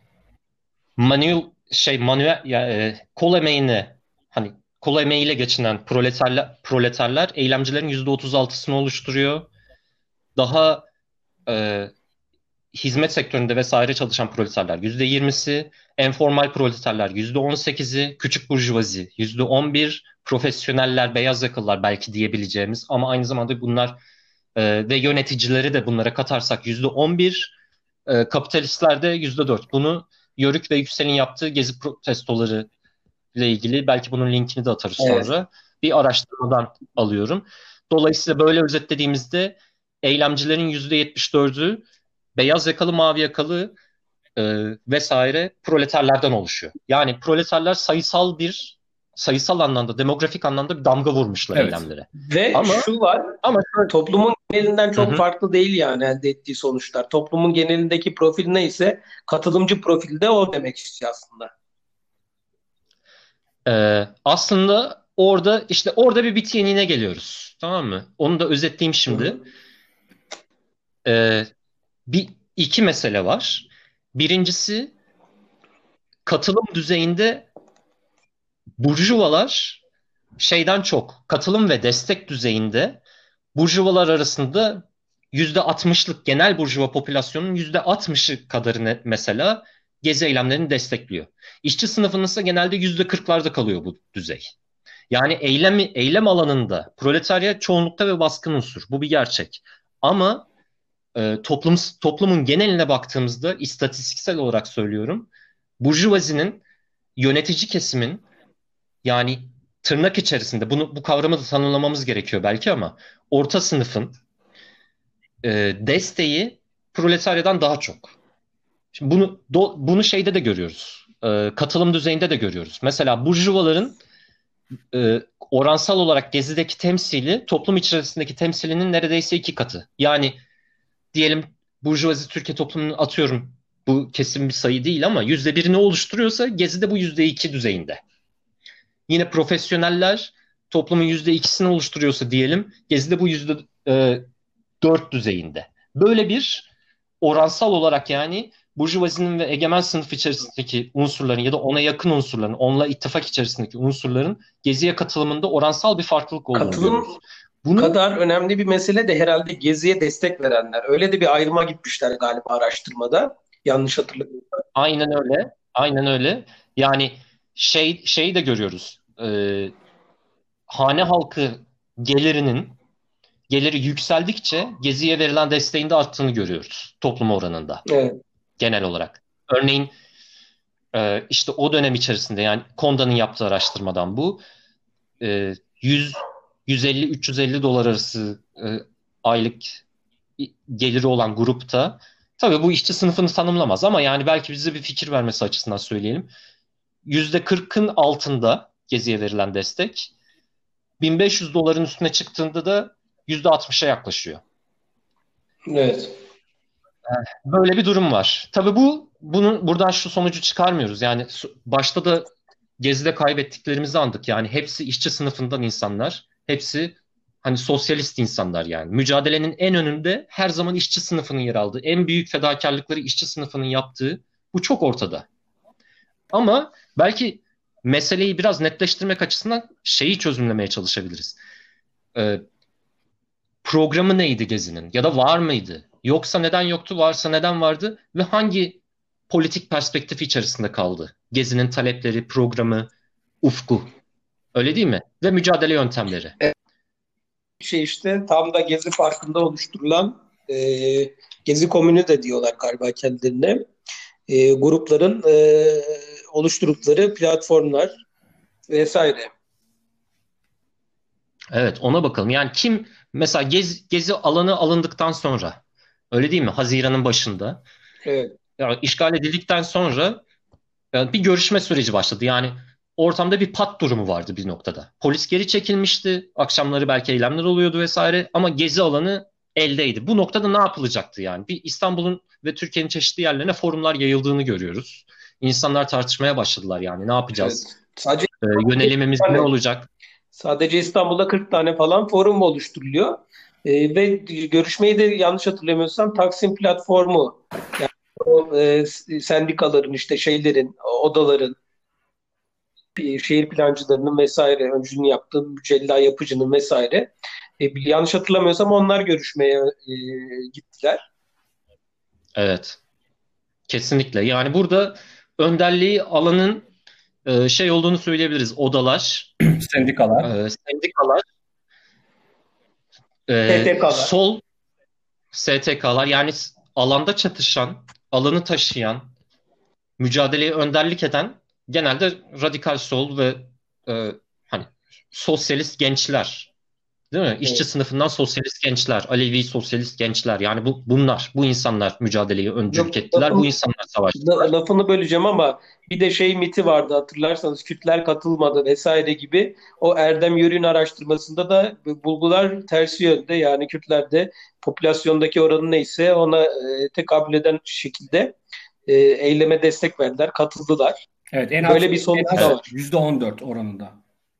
manuel ya, kol emeğine hani kol emeğiyle geçinen proleterler eylemcilerin %36'sını oluşturuyor. Daha e, hizmet sektöründe vesaire çalışan proleterler %20'si, enformal proleterler %18'i, küçük burjuvazi %11, profesyoneller, beyaz yakalılar belki diyebileceğimiz ama aynı zamanda bunlar ve yöneticileri de bunlara katarsak %11, kapitalistler de %4. Bunu Yörük ve Yüksel'in yaptığı gezi protestoları ile ilgili belki bunun linkini de atarız Evet. sonra. Bir araştırmadan alıyorum. Dolayısıyla böyle özetlediğimizde eylemcilerin %74'ü beyaz yakalı, mavi yakalı vesaire proleterlerden oluşuyor. Yani proleterler sayısal anlamda, demografik anlamda bir damga vurmuşlar Evet. eylemlere. Ve Ama şu var, toplumun genelinden çok farklı değil yani elde ettiği sonuçlar. Toplumun genelindeki profil neyse katılımcı profili de o demek istiyor aslında. Aslında orada bir bit yeniğine geliyoruz. Tamam mı? Onu da özetleyeyim şimdi. İki mesele var. Birincisi, katılım düzeyinde burjuvalar şeyden çok, katılım ve destek düzeyinde burjuvalar arasında %60'lık genel burjuva popülasyonun %60'ı kadarını mesela gezi eylemlerini destekliyor. İşçi sınıfının ise genelde %40'larda kalıyor bu düzey. Yani eylem alanında proletarya çoğunlukta ve baskın unsur. Bu bir gerçek. Ama toplumun geneline baktığımızda istatistiksel olarak söylüyorum. Burjuvazinin, yönetici kesimin, yani tırnak içerisinde bu kavramı da tanımlamamız gerekiyor belki ama orta sınıfın desteği proletaryadan daha çok. Şimdi bunu şeyde de görüyoruz. Katılım düzeyinde de görüyoruz. Mesela burjuvaların oransal olarak Gezi'deki temsili toplum içerisindeki temsilinin neredeyse 2 katı. Yani diyelim burjuvazi Türkiye toplumunun, atıyorum, bu kesin bir sayı değil ama %1'ini oluşturuyorsa Gezi'de bu %2 düzeyinde. Yine profesyoneller toplumun %2'sini oluşturuyorsa diyelim Gezi'de bu %4 düzeyinde. Böyle bir oransal olarak yani burjuvazinin ve egemen sınıf içerisindeki unsurların ya da ona yakın unsurların, onunla ittifak içerisindeki unsurların Gezi'ye katılımında oransal bir farklılık olduğunu görüyoruz. Katılım kadar önemli bir mesele de herhalde Gezi'ye destek verenler. Öyle de bir ayrıma gitmişler galiba araştırmada. Yanlış hatırlamıyorsam. Aynen öyle. Aynen öyle. Yani şeyi de görüyoruz. Hane halkı geliri yükseldikçe Gezi'ye verilen desteğin de arttığını görüyoruz toplum oranında. Evet. Genel olarak. Örneğin işte o dönem içerisinde, yani Konda'nın yaptığı araştırmadan bu 150-350 dolar arası aylık geliri olan grupta, tabii bu işçi sınıfını tanımlamaz ama yani belki bize bir fikir vermesi açısından söyleyelim. %40'ın altında Gezi'ye verilen destek, 1500 doların üstüne çıktığında da %60'a yaklaşıyor. Evet. Böyle bir durum var. Tabii buradan şu sonucu çıkarmıyoruz. Yani başta da Gezi'de kaybettiklerimizi andık. Yani hepsi işçi sınıfından insanlar. Hepsi hani sosyalist insanlar yani. Mücadelenin en önünde her zaman işçi sınıfının yer aldığı, en büyük fedakarlıkları işçi sınıfının yaptığı, bu çok ortada. Ama belki meseleyi biraz netleştirmek açısından şeyi çözümlemeye çalışabiliriz. Programı neydi Gezi'nin? Ya da var mıydı? Yoksa neden yoktu? Varsa neden vardı? Ve hangi politik perspektif içerisinde kaldı? Gezi'nin talepleri, programı, ufku. Öyle değil mi? Ve mücadele yöntemleri. İşte tam da Gezi Parkı'nda oluşturulan Gezi Komünü de diyorlar galiba kendilerine. Grupların oluşturdukları platformlar vesaire. Evet, ona bakalım. Yani kim mesela Gezi alanı alındıktan sonra, öyle değil mi? Haziran'ın başında. Evet. Yani işgal edildikten sonra bir görüşme süreci başladı. Yani ortamda bir pat durumu vardı bir noktada. Polis geri çekilmişti. Akşamları belki eylemler oluyordu vesaire ama Gezi alanı eldeydi. Bu noktada ne yapılacaktı yani? Bir İstanbul'un ve Türkiye'nin çeşitli yerlerine forumlar yayıldığını görüyoruz. İnsanlar tartışmaya başladılar yani. Ne yapacağız? Evet. Sadece Yönelimimiz ne olacak? Sadece İstanbul'da 40 tane falan forum oluşturuluyor. Ve görüşmeyi de yanlış hatırlamıyorsam Taksim platformu, yani o, sendikaların, işte şeylerin, odaların, şehir plancılarının vesaire öncülüğünü yaptığı Mücella Yapıcı'nın vesaire, yanlış hatırlamıyorsam onlar görüşmeye gittiler. Evet. Kesinlikle. Yani burada önderliği alanın şey olduğunu söyleyebiliriz. Odalar, Sendikalar. sendikalar, STK'lar. sol STK'lar yani alanda çatışan, alanı taşıyan, mücadeleye önderlik eden genelde radikal sol ve hani sosyalist gençler. Değil mi? İşçi Evet. sınıfından sosyalist gençler, Alevi sosyalist gençler. Yani bu insanlar mücadeleyi öncülük ettiler. Bu Lafın, insanlar savaştılar. lafını böleceğim ama bir de şey miti vardı hatırlarsanız, Kürtler katılmadı vesaire gibi. O Erdem Yörük'ün araştırmasında da bulgular tersi yönde. Yani Kürtler de popülasyondaki oranı neyse ona tekabül eden şekilde eyleme destek verdiler, katıldılar. Evet, Böyle bir en sonuç da az Evet. var. %14 oranında.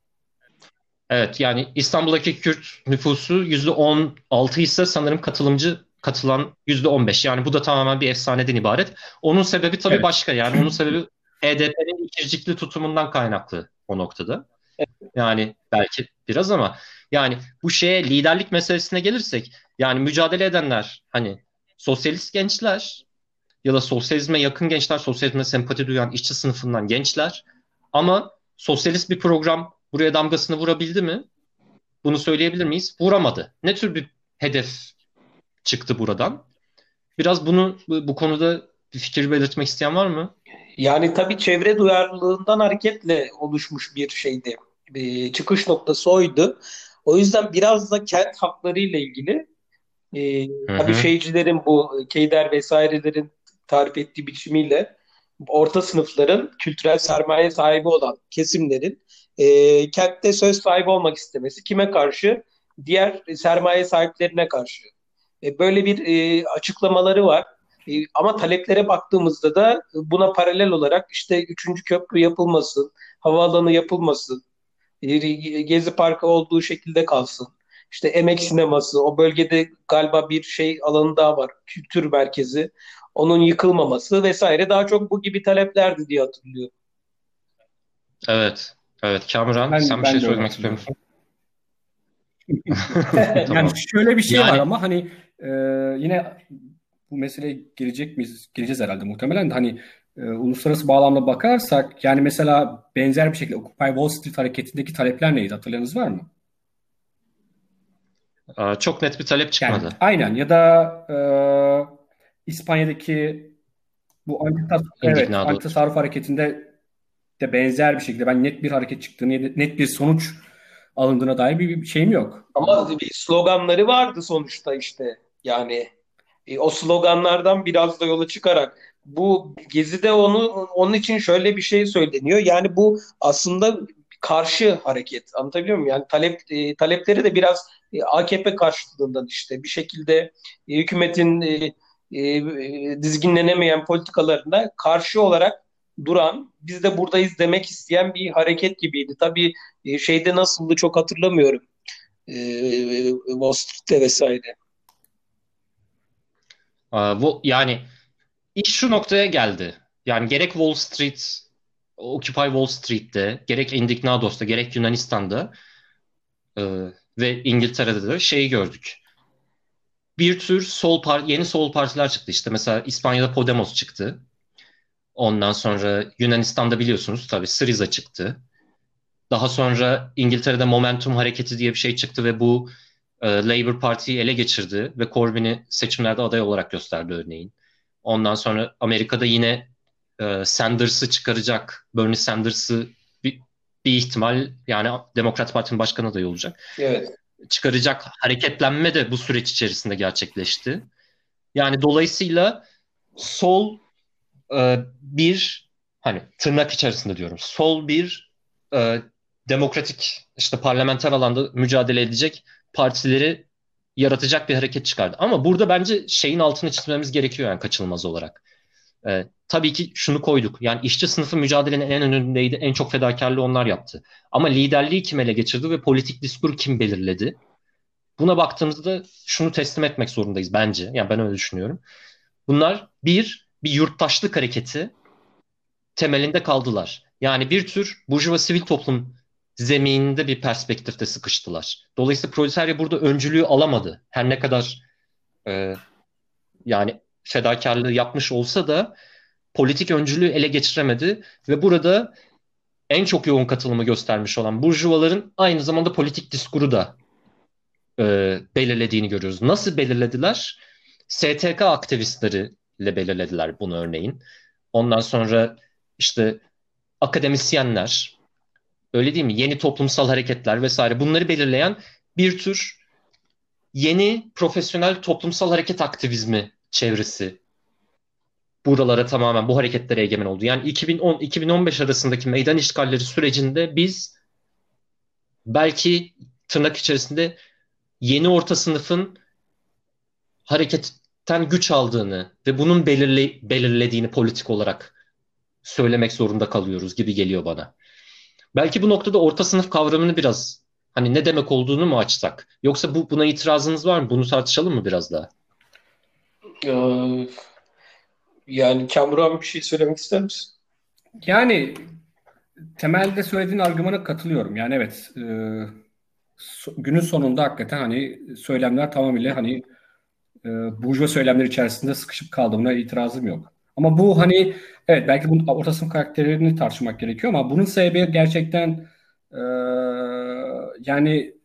Evet, yani İstanbul'daki Kürt nüfusu %16 ise sanırım katılan %15. Yani bu da tamamen bir efsaneden ibaret. Onun sebebi tabii Evet. başka. Yani onun sebebi HDP'nin ikircikli tutumundan kaynaklı o noktada. Yani belki biraz ama yani bu şeye liderlik meselesine gelirsek yani mücadele edenler hani sosyalist gençler ya da sosyalizme yakın gençler, sosyalizme sempati duyan işçi sınıfından gençler ama sosyalist bir program buraya damgasını vurabildi mi? Bunu söyleyebilir miyiz? Vuramadı. Ne tür bir hedef çıktı buradan? Biraz bu konuda bir fikir belirtmek isteyen var mı? Yani tabii çevre duyarlılığından hareketle oluşmuş bir şeydi. Çıkış noktası oydu. O yüzden biraz da kent hakları ile ilgili Hı tabii hı. şeycilerin, bu Keyder vesairelerin tarif ettiği biçimiyle orta sınıfların, kültürel sermaye sahibi olan kesimlerin kentte söz sahibi olmak istemesi kime karşı? Diğer sermaye sahiplerine karşı. Böyle bir açıklamaları var. Ama taleplere baktığımızda da buna paralel olarak işte üçüncü köprü yapılmasın, havaalanı yapılmasın, Gezi Parkı olduğu şekilde kalsın. İşte Emek Sineması, o bölgede galiba bir şey alanı daha var, kültür merkezi. Onun yıkılmaması vesaire, daha çok bu gibi taleplerdi diye hatırlıyorum. Evet. Evet. Kamuran, sen bir şey Ben de öyle söylemek istiyor hatırlıyorum. musun? Yani Tamam. şöyle bir şey var Yani ama hani e, yine bu meseleye gelecek miyiz? Geleceğiz herhalde muhtemelen de hani uluslararası bağlamda bakarsak yani mesela benzer bir şekilde Occupy Wall Street hareketindeki talepler neydi? Hatırlarınız var mı? çok net bir talep Yani çıkmadı. aynen ya da İspanya'daki bu evet, Indignados. anti-tasarruf hareketinde de benzer bir şekilde ben net bir hareket çıktığını, net bir sonuç alındığına dair bir şeyim yok. Ama bir sloganları vardı sonuçta işte. Yani o sloganlardan biraz da yola çıkarak bu Gezi'de onun için şöyle bir şey söyleniyor. Yani bu aslında karşı hareket. Anlatabiliyor muyum? Yani talepleri de biraz AKP karşıtlığından, işte bir şekilde hükümetin dizginlenemeyen politikalarına karşı olarak duran, biz de buradayız demek isteyen bir hareket gibiydi. Tabii şeyde nasıldı çok hatırlamıyorum. Wall Street'te vesaire. Yani iş şu noktaya geldi. Yani gerek Wall Street, Occupy Wall Street'te, gerek Indignados'ta, gerek Yunanistan'da e, ve İngiltere'de de şeyi gördük. Bir tür yeni sol partiler çıktı işte. Mesela İspanya'da Podemos çıktı. Ondan sonra Yunanistan'da biliyorsunuz tabii Syriza çıktı. Daha sonra İngiltere'de Momentum Hareketi diye bir şey çıktı ve bu Labour Parti'yi ele geçirdi ve Corbyn'i seçimlerde aday olarak gösterdi örneğin. Ondan sonra Amerika'da yine Sanders'ı çıkaracak, Bernie Sanders'ı bir ihtimal yani Demokrat Parti'nin başkan adayı olacak. Evet. Çıkaracak hareketlenme de bu süreç içerisinde gerçekleşti. Yani dolayısıyla sol bir hani tırnak içerisinde diyorum sol bir e, demokratik işte parlamenter alanda mücadele edecek partileri yaratacak bir hareket çıkardı. Ama burada bence şeyin altını çizmemiz gerekiyor yani kaçınılmaz olarak. Tabii ki şunu koyduk. Yani işçi sınıfı mücadelenin en önündeydi. En çok fedakarlığı onlar yaptı. Ama liderliği kim ele geçirdi ve politik diskur kim belirledi? Buna baktığımızda şunu teslim etmek zorundayız bence. Yani ben öyle düşünüyorum. Bunlar bir yurttaşlık hareketi temelinde kaldılar. Yani bir tür burjuva sivil toplum zemininde bir perspektifte sıkıştılar. Dolayısıyla proletarya burada öncülüğü alamadı. Her ne kadar e, yani fedakarlığı yapmış olsa da politik öncülüğü ele geçiremedi ve burada en çok yoğun katılımı göstermiş olan burjuvaların aynı zamanda politik diskuru da belirlediğini görüyoruz. Nasıl belirlediler? STK aktivistleriyle belirlediler bunu örneğin. Ondan sonra işte akademisyenler, öyle değil mi? Yeni toplumsal hareketler vesaire, bunları belirleyen bir tür yeni profesyonel toplumsal hareket aktivizmi çevresi buralara tamamen bu hareketlere egemen oldu. Yani 2010-2015 arasındaki meydan işgalleri sürecinde biz belki tırnak içerisinde yeni orta sınıfın hareketten güç aldığını ve bunun belirlediğini politik olarak söylemek zorunda kalıyoruz gibi geliyor bana. Belki bu noktada orta sınıf kavramını biraz hani ne demek olduğunu mu açsak? Yoksa buna itirazınız var mı? Bunu tartışalım mı biraz daha? Ee, Yani Kamuran bir şey söylemek ister misin? Yani temelde söylediğin argümana katılıyorum. Yani evet, günün sonunda hakikaten hani söylemler tamamıyla hani burjuva söylemler içerisinde sıkışıp kaldığına itirazım yok. Ama bu hani evet, belki bunun orta sınıf karakterini tartışmak gerekiyor ama bunun sebebi gerçekten e, yani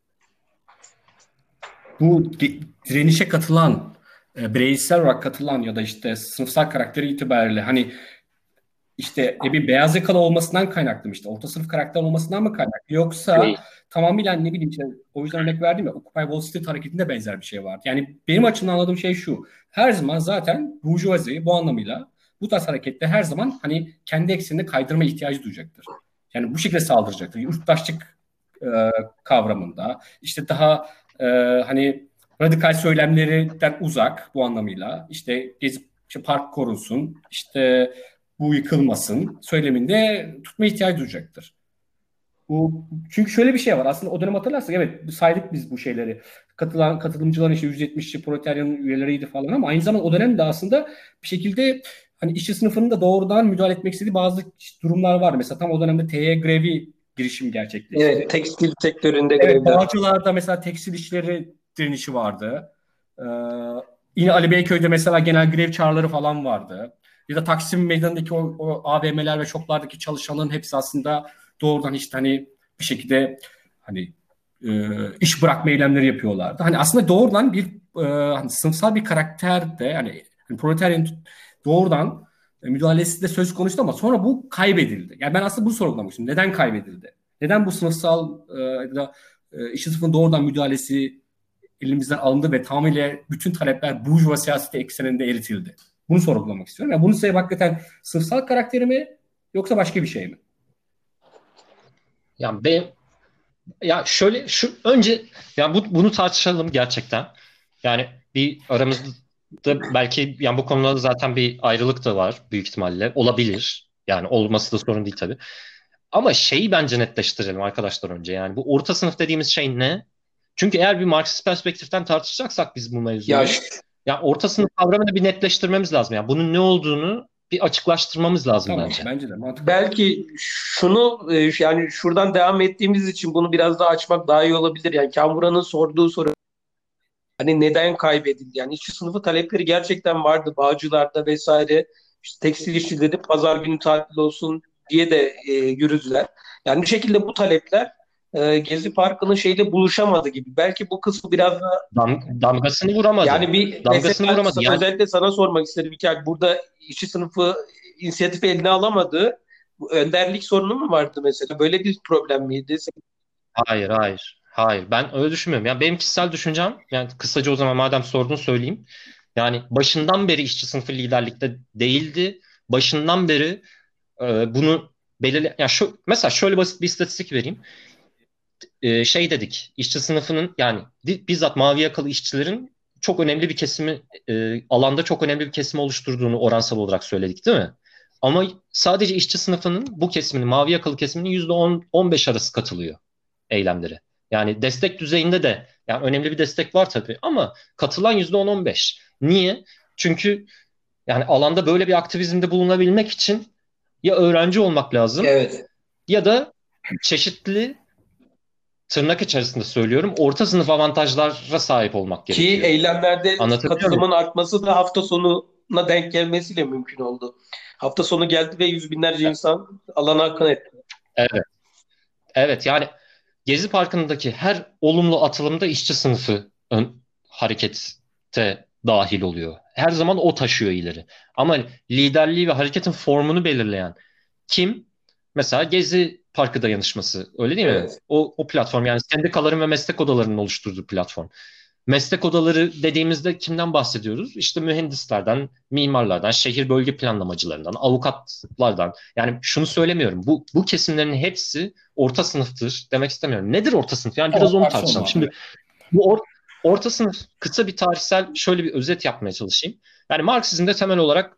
bu direnişe katılan bireysel olarak katılan ya da işte sınıfsal karakteri itibariyle hani işte bir beyaz yakalı olmasından kaynaklı mı, işte orta sınıf karakter olmasından mı kaynaklı, yoksa Değil. tamamıyla ne bileyim işte, o yüzden örnek verdim ya, Occupy Wall Street hareketinde benzer bir şey vardı. Yani benim açımdan anladığım şey şu: her zaman zaten burjuvazi bu anlamıyla bu tarz harekette her zaman hani kendi eksenini kaydırma ihtiyacı duyacaktır. Yani bu şekilde saldıracaktır. Yurttaşlık kavramında işte daha hani radikal söylemlerden uzak, bu anlamıyla işte gezip işte park korunsun, işte bu yıkılmasın söyleminde tutma ihtiyacı duyacaktır. Bu, çünkü şöyle bir şey var. Aslında o dönem hatırlarsak evet saydık biz bu şeyleri. Katılımcıların işte 170'i proletaryanın üyeleriydi falan, ama aynı zamanda o dönemde aslında bir şekilde hani işçi sınıfının da doğrudan müdahale etmek istediği bazı durumlar var. Mesela tam o dönemde TY grevi girişim gerçekleşti. Evet, tekstil sektöründe Evet, grevler. Bağcılar'da mesela tekstil işçileri direnişi vardı. Ee, Yine Ali Beyköy'de mesela genel grev çağrıları falan vardı. Ya da Taksim Meydanı'ndaki o AVM'ler ve shoplardaki çalışanların hepsi aslında doğrudan işte hani bir şekilde hani iş bırakma eylemleri yapıyorlardı. Hani aslında doğrudan bir hani sınıfsal bir karakter de hani proletaryanın doğrudan müdahalesi de söz konusu, ama sonra bu kaybedildi. Yani ben aslında bunu sorgulamak istiyorum. Neden kaybedildi? Neden bu sınıfsal ya da işçi sınıfının doğrudan müdahalesi elimizden alındı ve tamamıyla bütün talepler burjuva siyaseti ekseninde eritildi? Bunu sorgulamak istiyorum. Yani bunun sebebi hakikaten sınıfsal karakteri mi, yoksa başka bir şey mi? Yani ya şöyle şu önce yani bunu tartışalım gerçekten. Yani bir aramızda belki yani bu konuda zaten bir ayrılık da var büyük ihtimalle. Olabilir. Yani olması da sorun değil tabii. Ama şeyi bence netleştirelim arkadaşlar önce. Yani bu orta sınıf dediğimiz şey ne? Çünkü eğer bir Marksist perspektiften tartışacaksak biz bu Ya mevzuyu, ya orta sınıf kavramını bir netleştirmemiz lazım. Yani bunun ne olduğunu bir açıklaştırmamız lazım Tamam, bence. bence de mantıklı. belki şunu yani şuradan devam ettiğimiz için bunu biraz daha açmak daha iyi olabilir. Yani Kamuran'ın sorduğu soru hani neden kaybedildi? Yani işçi sınıfı talepleri gerçekten vardı. Bağcılar'da vesaire işte tekstil işçileri pazar günü tatil olsun diye de yürüdüler. Yani bir şekilde bu talepler Gezi Parkı'nın şeyle buluşamadı gibi. Belki bu kısmı biraz da Damgasını vuramadı. yani bir Damgasını mesela vuramadı. Yani özellikle sana sormak isterim ki burada işçi sınıfı inisiyatifi eline alamadı. Bu önderlik sorunu mu vardı mesela? Böyle bir problem miydi? hayır, hayır. Hayır. Ben öyle düşünmüyorum. Yani benim kişisel düşüncem, yani kısaca o zaman madem sordun söyleyeyim. Yani başından beri işçi sınıfı liderlikte değildi. Başından beri bunu yani mesela şöyle basit bir istatistik vereyim. Şey dedik, işçi sınıfının yani bizzat mavi yakalı işçilerin çok önemli bir kesimi, alanda çok önemli bir kesimi oluşturduğunu oransal olarak söyledik, değil mi? Ama sadece işçi sınıfının bu kesiminin, mavi yakalı kesiminin %10-15 arası katılıyor eylemlere. Yani destek düzeyinde de yani önemli bir destek var tabii, ama katılan %10-15. Niye? Çünkü yani alanda böyle bir aktivizmde bulunabilmek için ya öğrenci olmak lazım Evet. ya da çeşitli tırnak içerisinde söylüyorum, orta sınıf avantajlara sahip olmak Ki gerekiyor. eylemlerde Anlatabiliyor muyum? katılımın artması da hafta sonuna denk gelmesiyle mümkün oldu. Hafta sonu geldi ve yüz binlerce insan alana akın etti. Evet, evet yani Gezi Parkı'ndaki her olumlu atılımda işçi sınıfı harekete dahil oluyor. Her zaman o taşıyor ileri. Ama liderliği ve hareketin formunu belirleyen kim? Mesela Gezi Parkı dayanışması, öyle değil mi? Evet. O platform, yani sendikaların ve meslek odalarının oluşturduğu platform. Meslek odaları dediğimizde kimden bahsediyoruz? İşte mühendislerden, mimarlardan, şehir bölge planlamacılarından, avukatlardan. Yani şunu söylemiyorum. Bu kesimlerin hepsi orta sınıftır demek istemiyorum. Nedir orta sınıf? Yani biraz Ama onu karşı tartışalım. olma. Şimdi Evet. bu orta sınıf, kısa bir tarihsel şöyle bir özet yapmaya çalışayım. Yani Marksizmde temel olarak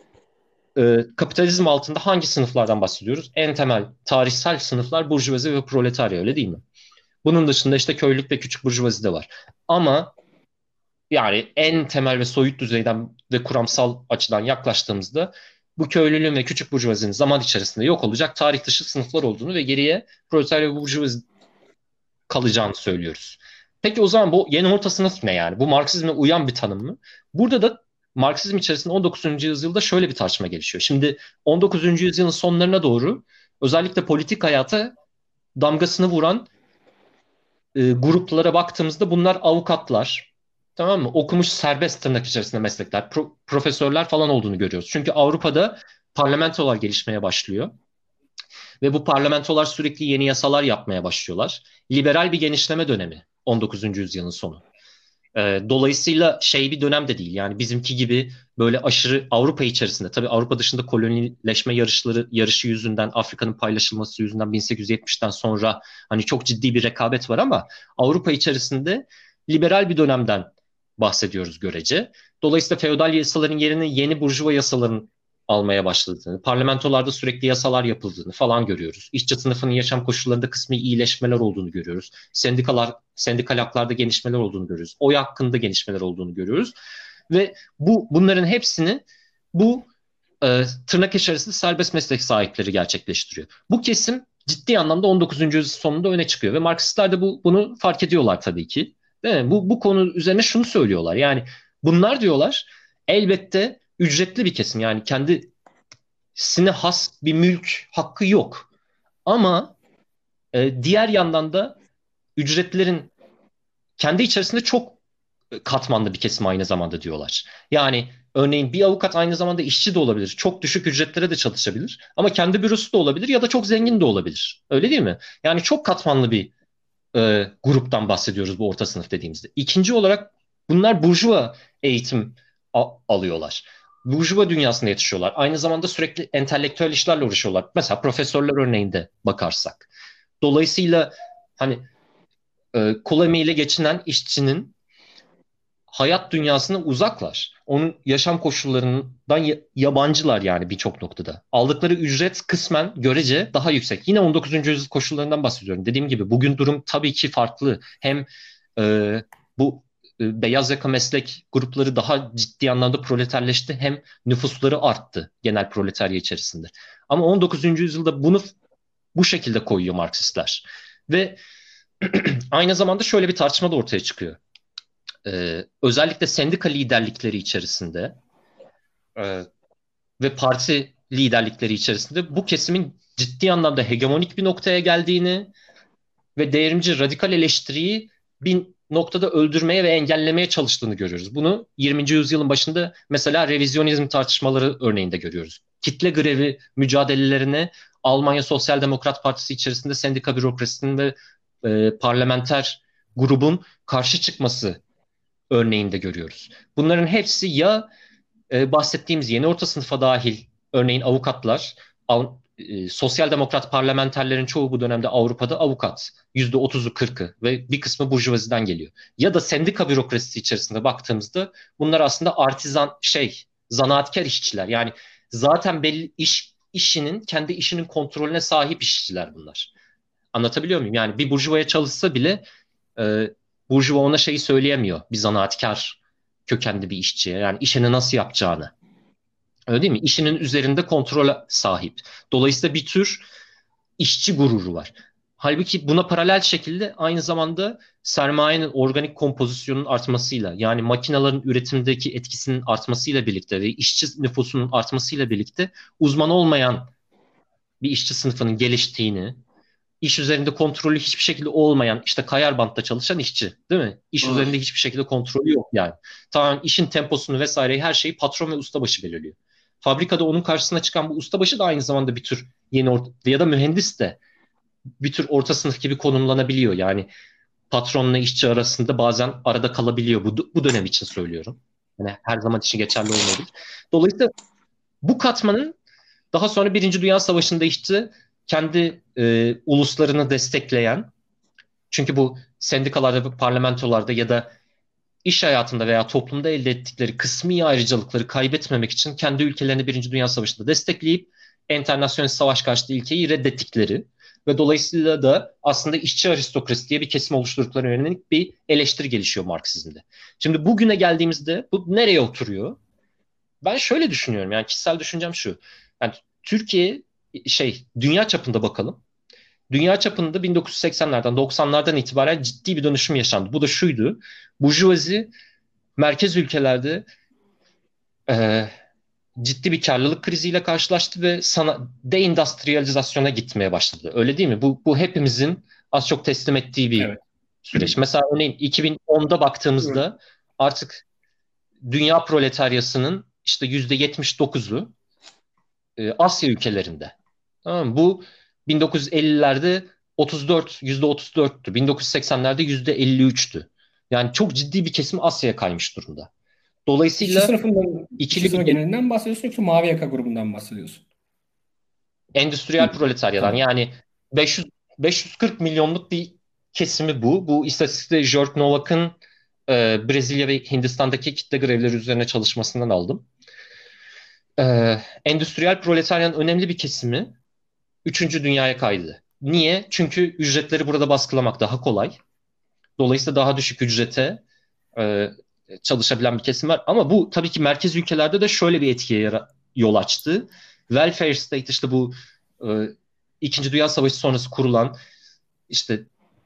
kapitalizm altında hangi sınıflardan bahsediyoruz? En temel tarihsel sınıflar burjuvazi ve proletarya, öyle değil mi? Bunun dışında işte köylülük ve küçük burjuvazi de var. Ama yani en temel ve soyut düzeyden ve kuramsal açıdan yaklaştığımızda bu köylülüğün ve küçük burjuvazinin zaman içerisinde yok olacak tarih dışı sınıflar olduğunu ve geriye proletarya ve burjuvazi kalacağını söylüyoruz. Peki o zaman bu yeni orta sınıf ne yani? Bu Marksizme uyan bir tanım mı? Burada da Marksizm içerisinde 19. yüzyılda şöyle bir tartışma gelişiyor. Şimdi 19. yüzyılın sonlarına doğru özellikle politik hayata damgasını vuran gruplara baktığımızda bunlar avukatlar, tamam mı? Okumuş serbest tırnak içerisinde meslekler, profesörler falan olduğunu görüyoruz. Çünkü Avrupa'da parlamentolar gelişmeye başlıyor ve bu parlamentolar sürekli yeni yasalar yapmaya başlıyorlar. Liberal bir genişleme dönemi 19. yüzyılın sonu. Dolayısıyla şey bir dönem de değil. Yani bizimki gibi böyle aşırı Avrupa içerisinde, tabii Avrupa dışında kolonileşme yarışı yüzünden, Afrika'nın paylaşılması yüzünden 1870'ten sonra hani çok ciddi bir rekabet var ama Avrupa içerisinde liberal bir dönemden bahsediyoruz görece. Dolayısıyla feodal yasaların yerini yeni burjuva yasaların almaya başladığını, parlamentolarda sürekli yasalar yapıldığını falan görüyoruz. İşçi sınıfının yaşam koşullarında kısmi iyileşmeler olduğunu görüyoruz. Sendikal haklarda gelişmeler olduğunu görüyoruz. Oy hakkında gelişmeler olduğunu görüyoruz. Ve bunların hepsini bu tırnak içerisinde serbest meslek sahipleri gerçekleştiriyor. Bu kesim ciddi anlamda 19. yüzyıl sonunda öne çıkıyor ve Marksistler de bunu fark ediyorlar tabii ki. Değil mi? Bu konu üzerine şunu söylüyorlar. Yani bunlar diyorlar elbette ücretli bir kesim, yani kendisine has bir mülk hakkı yok. Ama diğer yandan da ücretlerin kendi içerisinde çok katmanlı bir kesim aynı zamanda diyorlar. Yani örneğin bir avukat aynı zamanda işçi de olabilir. Çok düşük ücretlere de çalışabilir. Ama kendi bürosu da olabilir ya da çok zengin de olabilir. Öyle değil mi? Yani çok katmanlı bir gruptan bahsediyoruz bu orta sınıf dediğimizde. İkinci olarak bunlar burjuva eğitim alıyorlar. Burjuva dünyasında yetişiyorlar. Aynı zamanda sürekli entelektüel işlerle uğraşıyorlar. Mesela profesörler örneğinde bakarsak. Dolayısıyla hani kul emeğiyle geçinen işçinin hayat dünyasına uzaklar. Onun yaşam koşullarından yabancılar yani birçok noktada. Aldıkları ücret kısmen görece daha yüksek. Yine 19. yüzyıl koşullarından bahsediyorum. Dediğim gibi bugün durum tabii ki farklı. Hem bu beyaz yaka meslek grupları daha ciddi anlamda proleterleşti, hem nüfusları arttı genel proletarya içerisinde. Ama 19. yüzyılda bunu bu şekilde koyuyor Marksistler. Ve aynı zamanda şöyle bir tartışma da ortaya çıkıyor. Özellikle sendika liderlikleri içerisinde ve parti liderlikleri içerisinde bu kesimin ciddi anlamda hegemonik bir noktaya geldiğini ve devrimci radikal eleştiriyi bir noktada öldürmeye ve engellemeye çalıştığını görüyoruz. Bunu 20. yüzyılın başında mesela revizyonizm tartışmaları örneğinde görüyoruz. Kitle grevi mücadelelerine Almanya Sosyal Demokrat Partisi içerisinde sendika bürokrasisinin ve parlamenter grubun karşı çıkması örneğinde görüyoruz. Bunların hepsi ya bahsettiğimiz yeni orta sınıfa dahil, örneğin avukatlar, sosyal demokrat parlamenterlerin çoğu bu dönemde Avrupa'da avukat. %30'u 40'ı ve bir kısmı burjuvaziden geliyor. Ya da sendika bürokrasisi içerisinde baktığımızda bunlar aslında zanaatkar işçiler. Yani zaten belli kendi işinin kontrolüne sahip işçiler bunlar. Anlatabiliyor muyum? Yani bir burjuvaya çalışsa bile burjuva ona şeyi söyleyemiyor. Bir zanaatkar kökenli bir işçiye. Yani işini nasıl yapacağını. Öyle değil mi? İşinin üzerinde kontrol sahip. Dolayısıyla bir tür işçi gururu var. Halbuki buna paralel şekilde aynı zamanda sermayenin organik kompozisyonun artmasıyla, yani makinelerin üretimdeki etkisinin artmasıyla birlikte ve işçi nüfusunun artmasıyla birlikte uzman olmayan bir işçi sınıfının geliştiğini, iş üzerinde kontrolü hiçbir şekilde olmayan, işte kayar bantta çalışan işçi, değil mi? İş üzerinde hiçbir şekilde kontrolü yok yani. Tamamen işin temposunu vesaireyi, her şeyi patron ve ustabaşı belirliyor. Fabrikada onun karşısına çıkan bu ustabaşı da aynı zamanda bir tür ya da mühendis de bir tür orta sınıf gibi konumlanabiliyor. Yani patronla işçi arasında bazen arada kalabiliyor. Bu dönem için söylüyorum. Yani her zaman için geçerli olmayabilir. Dolayısıyla bu katmanın daha sonra Birinci Dünya Savaşı'nda işte kendi uluslarını destekleyen, çünkü bu sendikalarda, parlamentolarda ya da iş hayatında veya toplumda elde ettikleri kısmi ayrıcalıkları kaybetmemek için kendi ülkelerini Birinci Dünya Savaşı'nda destekleyip enternasyonist savaş karşıtı ilkeyi reddettikleri ve dolayısıyla da aslında işçi aristokrasi diye bir kesim oluşturduklarına yönelik bir eleştiri gelişiyor Marksizm'de. Şimdi bugüne geldiğimizde bu nereye oturuyor? Ben şöyle düşünüyorum, yani kişisel düşüncem şu. Yani Türkiye dünya çapında bakalım. Dünya çapında 1980'lerden 90'lardan itibaren ciddi bir dönüşüm yaşandı. Bu da şuydu. Burjuvazi merkez ülkelerde e, ciddi bir karlılık kriziyle karşılaştı ve deindustrializasyona gitmeye başladı. Öyle değil mi? Bu hepimizin az çok teslim ettiği bir süreç. Mesela örneğin 2010'da baktığımızda artık dünya proletaryasının işte %79'u Asya ülkelerinde. Tamam mı? Bu 1950'lerde %34'tü. 1980'lerde %53'tü. Yani çok ciddi bir kesim Asya'ya kaymış durumda. Dolayısıyla İşçi sınıfından, işçi sınıfı genelinden mi bahsediyorsun yoksa mavi yaka grubundan mı bahsediyorsun? Endüstriyel proletaryadan, Tamam. yani 540 milyonluk bir kesimi bu. Bu istatistikte George Novak'ın Brezilya ve Hindistan'daki kitle grevleri üzerine çalışmasından aldım. Endüstriyel proletaryanın önemli bir kesimi Üçüncü dünyaya kaydı. Niye? Çünkü ücretleri burada baskılamak daha kolay. Dolayısıyla daha düşük ücrete e, çalışabilen bir kesim var. Ama bu tabii ki merkez ülkelerde de şöyle bir etkiye yol açtı. Welfare state, işte bu e, İkinci Dünya Savaşı sonrası kurulan, işte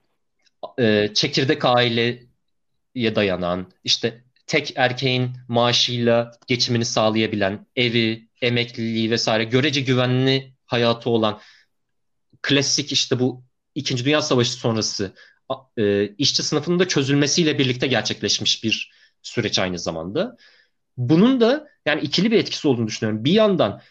çekirdek aileye dayanan, işte tek erkeğin maaşıyla geçimini sağlayabilen, evi, emekliliği vesaire görece güvenli hayatı olan klasik, işte bu İkinci Dünya Savaşı sonrası işçi sınıfının da çözülmesiyle birlikte gerçekleşmiş bir süreç aynı zamanda. Bunun da yani ikili bir etkisi olduğunu düşünüyorum. Bir yandan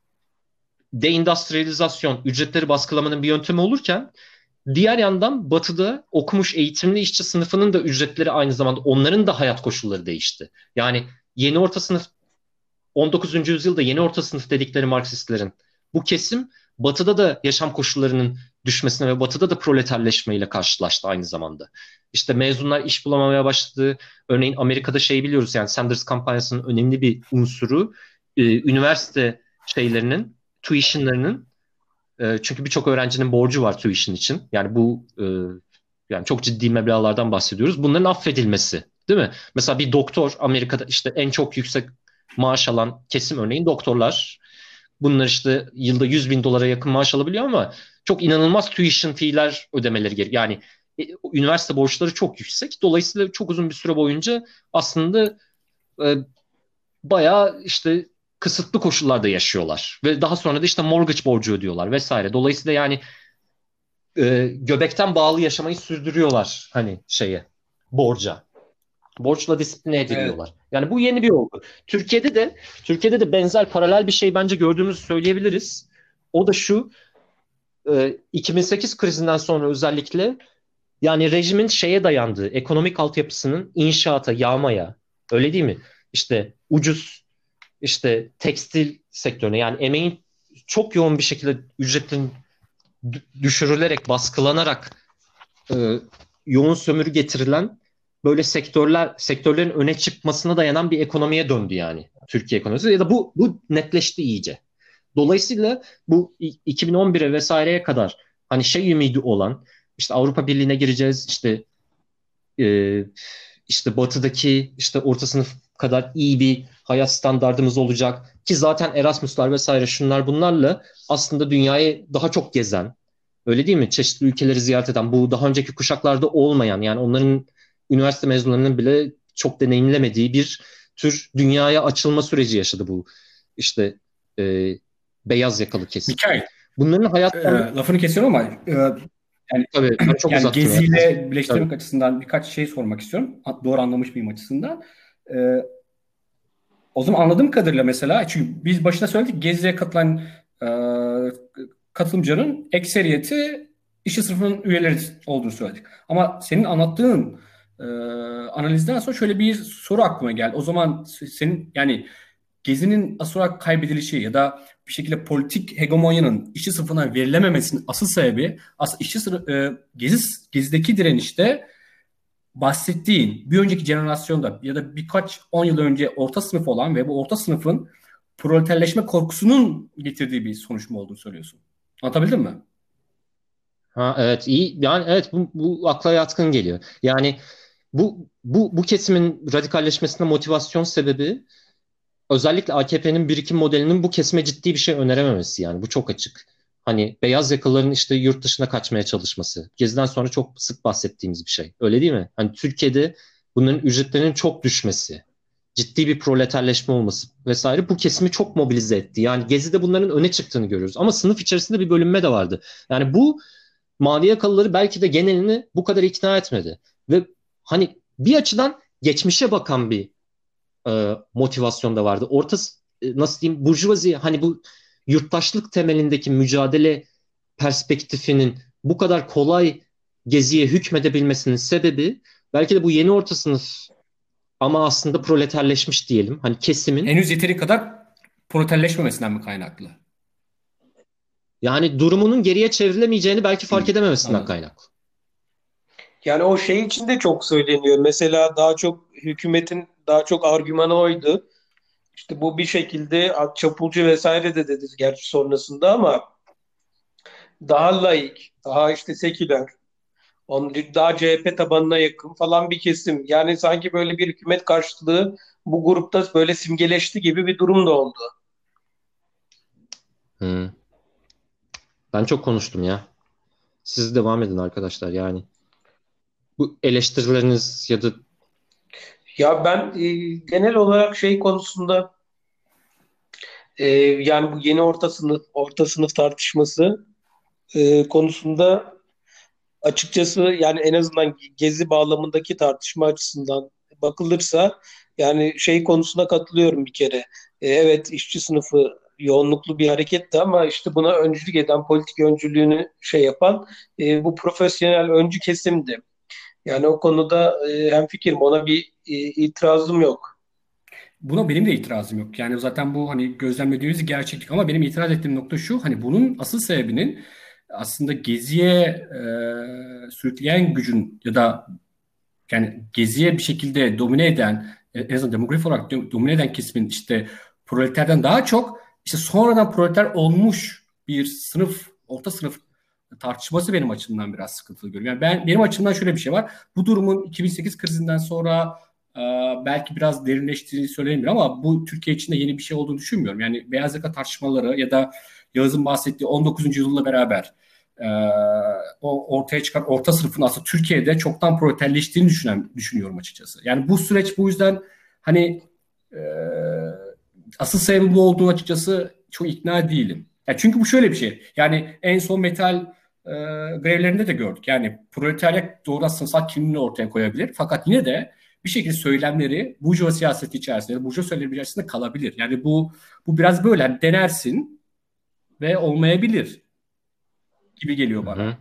deindustrializasyon, ücretleri baskılamanın bir yöntemi olurken, diğer yandan Batı'da okumuş eğitimli işçi sınıfının da ücretleri, aynı zamanda onların da hayat koşulları değişti. Yani yeni orta sınıf, 19. yüzyılda yeni orta sınıf dedikleri Marksistlerin bu kesim Batı'da da yaşam koşullarının düşmesine ve Batı'da da proleterleşmeyle karşılaştı aynı zamanda. İşte mezunlar iş bulamamaya başladı. Örneğin Amerika'da biliyoruz, yani Sanders kampanyasının önemli bir unsuru üniversite tuitionlarının, çünkü birçok öğrencinin borcu var tuition için. Yani bu yani çok ciddi meblağlardan bahsediyoruz. Bunların affedilmesi, değil mi? Mesela bir doktor, Amerika'da işte en çok yüksek maaş alan kesim örneğin doktorlar. Bunlar işte yılda 100 bin dolara yakın maaş alabiliyor ama çok inanılmaz tuition fee'ler ödemeleri gerekiyor. Yani üniversite borçları çok yüksek. Dolayısıyla çok uzun bir süre boyunca aslında e, bayağı işte kısıtlı koşullarda yaşıyorlar. Ve daha sonra da işte mortgage borcu ödüyorlar vesaire. Dolayısıyla yani göbekten bağlı yaşamayı sürdürüyorlar hani borca. Borçla disipline ediliyorlar. Evet. Yani bu yeni bir olgu. Türkiye'de de benzer paralel bir şey bence gördüğümüzü söyleyebiliriz. O da şu: 2008 krizinden sonra özellikle, yani rejimin dayandığı ekonomik altyapısının inşaata, yağmaya, öyle değil mi? İşte ucuz, işte tekstil sektörüne, yani emeğin çok yoğun bir şekilde ücretin düşürülerek, baskılanarak e, yoğun sömürü getirilen böyle sektörlerin öne çıkmasına dayanan bir ekonomiye döndü yani Türkiye ekonomisi, ya da bu netleşti iyice. Dolayısıyla bu 2011'e vesaireye kadar hani ümidi olan, işte Avrupa Birliği'ne gireceğiz, e, işte batıdaki işte orta sınıf kadar iyi bir hayat standardımız olacak ki zaten Erasmus'lar vesaire, şunlar bunlarla aslında dünyayı daha çok gezen Öyle değil mi? Çeşitli ülkeleri ziyaret eden, bu daha önceki kuşaklarda olmayan, yani onların üniversite mezunlarının bile çok deneyimlemediği bir tür dünyaya açılma süreci yaşadı bu işte e, beyaz yakalı kesim. Mikail, Bunların hayattan lafını kesiyorum ama yani tabii ben çok yani uzattım ya. geziyle birleştirmek Tabii. açısından birkaç şey sormak istiyorum. Doğru anlamış mıyım açısından. E, O zaman anladığım kadarıyla mesela, çünkü biz başına söyledik, geziye katılan e, katılımcıların ekseriyeti işçi sınıfının üyeleri olduğunu söyledik. Ama senin anlattığın analizden sonra şöyle bir soru aklıma geldi. O zaman senin yani gezinin asıl olarak kaybedilişi ya da bir şekilde politik hegemonyanın işçi sınıfına verilememesinin asıl sebebi aslında gezideki direnişte bahsettiğin bir önceki jenerasyonda ya da birkaç 10 yıl önce orta sınıf olan ve bu orta sınıfın proleterleşme korkusunun getirdiği bir sonuç mu olduğunu söylüyorsun? Anlatabildim mi? Ha, evet, iyi. Yani evet, bu akla yatkın geliyor. Yani bu kesimin radikalleşmesine motivasyon sebebi özellikle AKP'nin birikim modelinin bu kesime ciddi bir şey önerememesi, yani bu çok açık. Hani beyaz yakalıların işte yurt dışına kaçmaya çalışması. Gezi'den sonra çok sık bahsettiğimiz bir şey. Öyle değil mi? Hani Türkiye'de bunların ücretlerinin çok düşmesi, ciddi bir proleterleşme olması vesaire bu kesimi çok mobilize etti. Yani Gezi'de bunların öne çıktığını görüyoruz. Ama sınıf içerisinde bir bölünme de vardı. Yani bu mavi yakalıları belki de genelini bu kadar ikna etmedi. Ve hani bir açıdan geçmişe bakan bir motivasyon da vardı. Nasıl diyeyim, burjuvazi, hani bu yurttaşlık temelindeki mücadele perspektifinin bu kadar kolay Gezi'ye hükmedebilmesinin sebebi belki de bu yeni orta sınıf ama aslında proleterleşmiş diyelim. Hani kesimin Henüz yeteri kadar proleterleşmemesinden mi kaynaklı? yani durumunun geriye çevrilemeyeceğini belki fark edememesinden Anladım. kaynaklı. Yani o şey için de çok söyleniyor. Mesela daha çok hükümetin daha çok argümanı oydu. İşte bu bir şekilde çapulcu vesaire de dedi gerçi sonrasında ama daha laik, daha işte seküler, daha CHP tabanına yakın falan bir kesim. Yani sanki böyle bir hükümet karşıtlığı bu grupta böyle simgeleşti gibi bir durum da oldu. Hmm. Ben çok konuştum ya. Siz devam edin arkadaşlar yani. Bu eleştirileriniz ya da Ya ben genel olarak şey konusunda yani bu yeni orta sınıf tartışması konusunda açıkçası yani en azından gezi bağlamındaki tartışma açısından bakılırsa yani şey konusuna katılıyorum bir kere. Evet, işçi sınıfı yoğunluklu bir hareketti ama işte buna öncülük eden, politik öncülüğünü şey yapan bu profesyonel öncü kesimdi. Yani o konuda hemfikirim, ona bir itirazım yok. Buna benim de itirazım yok. Yani zaten bu hani gözlemlediğimiz gerçeklik, ama benim itiraz ettiğim nokta şu: hani bunun asıl sebebinin aslında Gezi'ye sürükleyen gücün ya da yani Gezi'ye bir şekilde domine eden, en azından demografik olarak domine eden kesimin işte proleterden daha çok işte sonradan proleter olmuş bir sınıf, orta sınıf tartışması benim açımdan biraz sıkıntılı görüyorum. Yani benim açımdan şöyle bir şey var. Bu durumun 2008 krizinden sonra e, belki biraz derinleştiğini söyleyebilir ama bu Türkiye için de yeni bir şey olduğunu düşünmüyorum. Yani beyaz yaka tartışmaları ya da Yağız'ın bahsettiği 19. yüzyılla beraber e, o ortaya çıkan orta sınıfın aslında Türkiye'de çoktan proleterleştiğini düşünüyorum açıkçası. Yani bu süreç bu yüzden hani e, asıl sebebi bu olduğunu açıkçası çok ikna değilim. Ya çünkü bu şöyle bir şey. Yani en son metal grevlerinde de gördük. Yani proletarya doğrudan sınıfsal kimliğini ortaya koyabilir. Fakat yine de bir şekilde söylemleri burjuva siyaseti içerisinde, burjuva söylemleri içerisinde kalabilir. Yani bu biraz böyle hani denersin ve olmayabilir gibi geliyor hı bana. hı.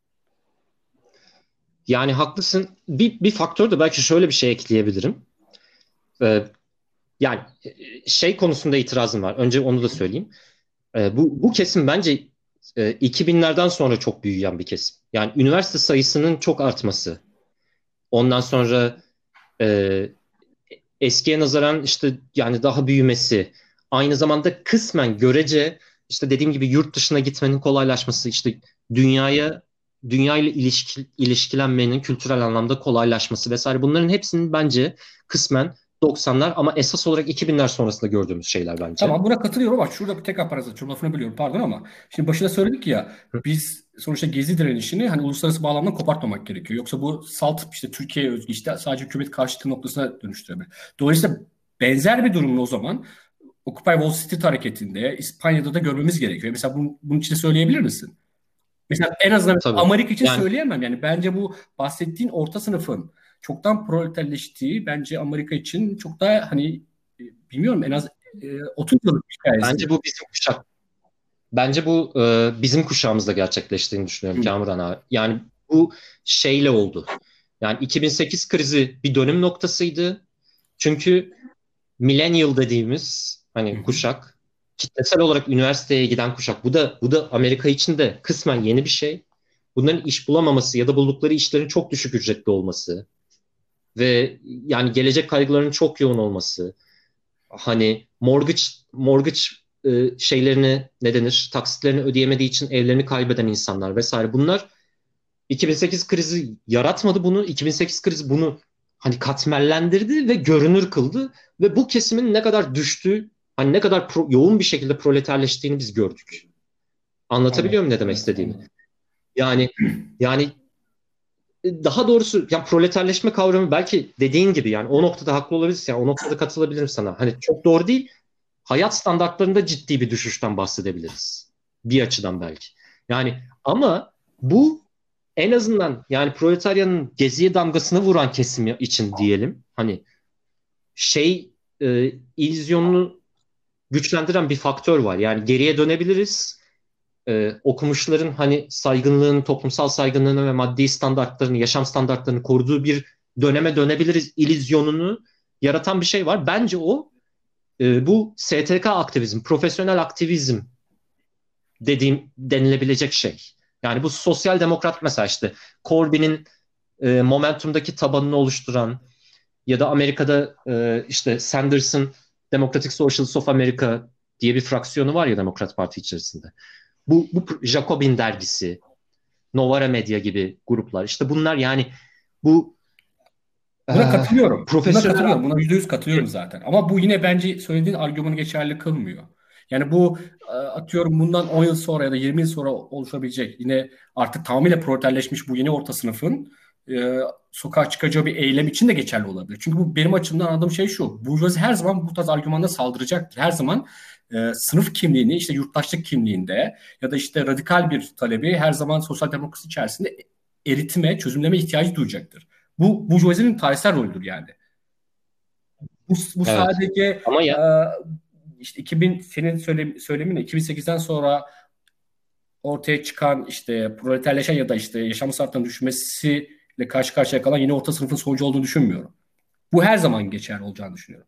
Yani haklısın. Bir faktör de belki şöyle bir şey ekleyebilirim. Ee, yani şey konusunda itirazım var. Önce onu da söyleyeyim. Bu kesim bence 2000'lerden sonra çok büyüyen bir kesim. Yani üniversite sayısının çok artması. Ondan sonra e, eskiye nazaran işte yani daha büyümesi. Aynı zamanda kısmen görece işte dediğim gibi yurt dışına gitmenin kolaylaşması, işte dünyaya dünya ile ilişkilenmenin kültürel anlamda kolaylaşması vesaire, bunların hepsinin bence kısmen 90'lar ama esas olarak 2000'ler sonrasında gördüğümüz şeyler bence. Tamam, buna katılıyorum ama şurada bir tekrar parantez açıyorum, lafını biliyorum, pardon, ama şimdi başında söyledik ya, Hı biz sonuçta Gezi direnişini hani uluslararası bağlamda kopartmamak gerekiyor. Yoksa bu salt işte Türkiye'ye özgü işte sadece hükümet karşıtı noktasına dönüştürebilir. Dolayısıyla benzer bir durumun o zaman Occupy Wall Street hareketinde İspanya'da da görmemiz gerekiyor. Mesela bunun için söyleyebilir misin? Mesela en azından Tabii. Amerika için Yani söyleyemem. Yani bence bu bahsettiğin orta sınıfın çoktan proleterleştiği bence Amerika için çok daha hani bilmiyorum en az 30 yıllık hikayesi. bence bu bizim kuşak. Bence bu bizim kuşağımızda gerçekleştiğini düşünüyorum Hı. Kamuran abi. Yani bu şeyle oldu. Yani 2008 krizi bir dönüm noktasıydı. Çünkü millennial dediğimiz Hı hani hı. kuşak kitlesel olarak üniversiteye giden kuşak. Bu da Amerika için de kısmen yeni bir şey. Bunların iş bulamaması ya da buldukları işlerin çok düşük ücretli olması ve yani gelecek kaygılarının çok yoğun olması. Hani mortgage şeylerini ne denir? Taksitlerini ödeyemediği için evlerini kaybeden insanlar vesaire. Bunlar 2008 krizi yaratmadı bunu. 2008 krizi bunu hani katmerlendirdi ve görünür kıldı ve bu kesimin ne kadar düştüğü, hani ne kadar yoğun bir şekilde proleterleştiğini biz gördük. Anlatabiliyor Anladım. muyum ne demek Evet, istediğimi? anladım. Yani daha doğrusu yani proleterleşme kavramı belki dediğin gibi yani o noktada haklı olabilirsin. Yani o noktada katılabilirim sana. Hani çok doğru değil. Hayat standartlarında ciddi bir düşüşten bahsedebiliriz. Bir açıdan belki. Yani ama bu en azından yani proletaryanın geziye damgasını vuran kesimi için diyelim. Hani şey illüzyonunu güçlendiren bir faktör var. Yani geriye dönebiliriz. Okumuşların hani saygınlığını, toplumsal saygınlığını ve maddi standartlarını, yaşam standartlarını koruduğu bir döneme dönebiliriz illüzyonunu yaratan bir şey var. Bence o bu STK aktivizm, profesyonel aktivizm dediğim denilebilecek şey. Yani bu sosyal demokrat mesela işte Corbyn'in Momentum'daki tabanını oluşturan ya da Amerika'da işte Sanders'ın Democratic Socialists of America diye bir fraksiyonu var ya Demokrat Parti içerisinde. Bu Jacobin dergisi, Novara Media gibi gruplar. İşte bunlar yani bu Buna katılıyorum. Buna profesyonel katılıyorum. Buna %100 katılıyorum zaten. Ama bu yine bence söylediğin argümanı geçerli kılmıyor. Yani bu atıyorum bundan 10 yıl sonra ya da 20 yıl sonra oluşabilecek yine artık tamamıyla proleterleşmiş bu yeni orta sınıfın sokağa çıkacağı bir eylem için de geçerli olabilir. Çünkü bu benim açımdan anladığım şey şu. Burjuvazi her zaman bu tarz argümanda saldıracaktır. Her zaman sınıf kimliğini işte yurttaşlık kimliğinde ya da işte radikal bir talebi her zaman sosyal demokrasi içerisinde çözümleme ihtiyacı duyacaktır. Bu burjuvazinin tarihsel rolüdür yani. Bu evet. sadece Ama ya işte 2000 senin söyleminle 2008'den sonra ortaya çıkan işte proleterleşen ya da işte yaşam standartlarının düşmesiyle karşı karşıya kalan yeni orta sınıfın sonucu olduğunu düşünmüyorum. Bu her zaman geçerli olacağını düşünüyorum.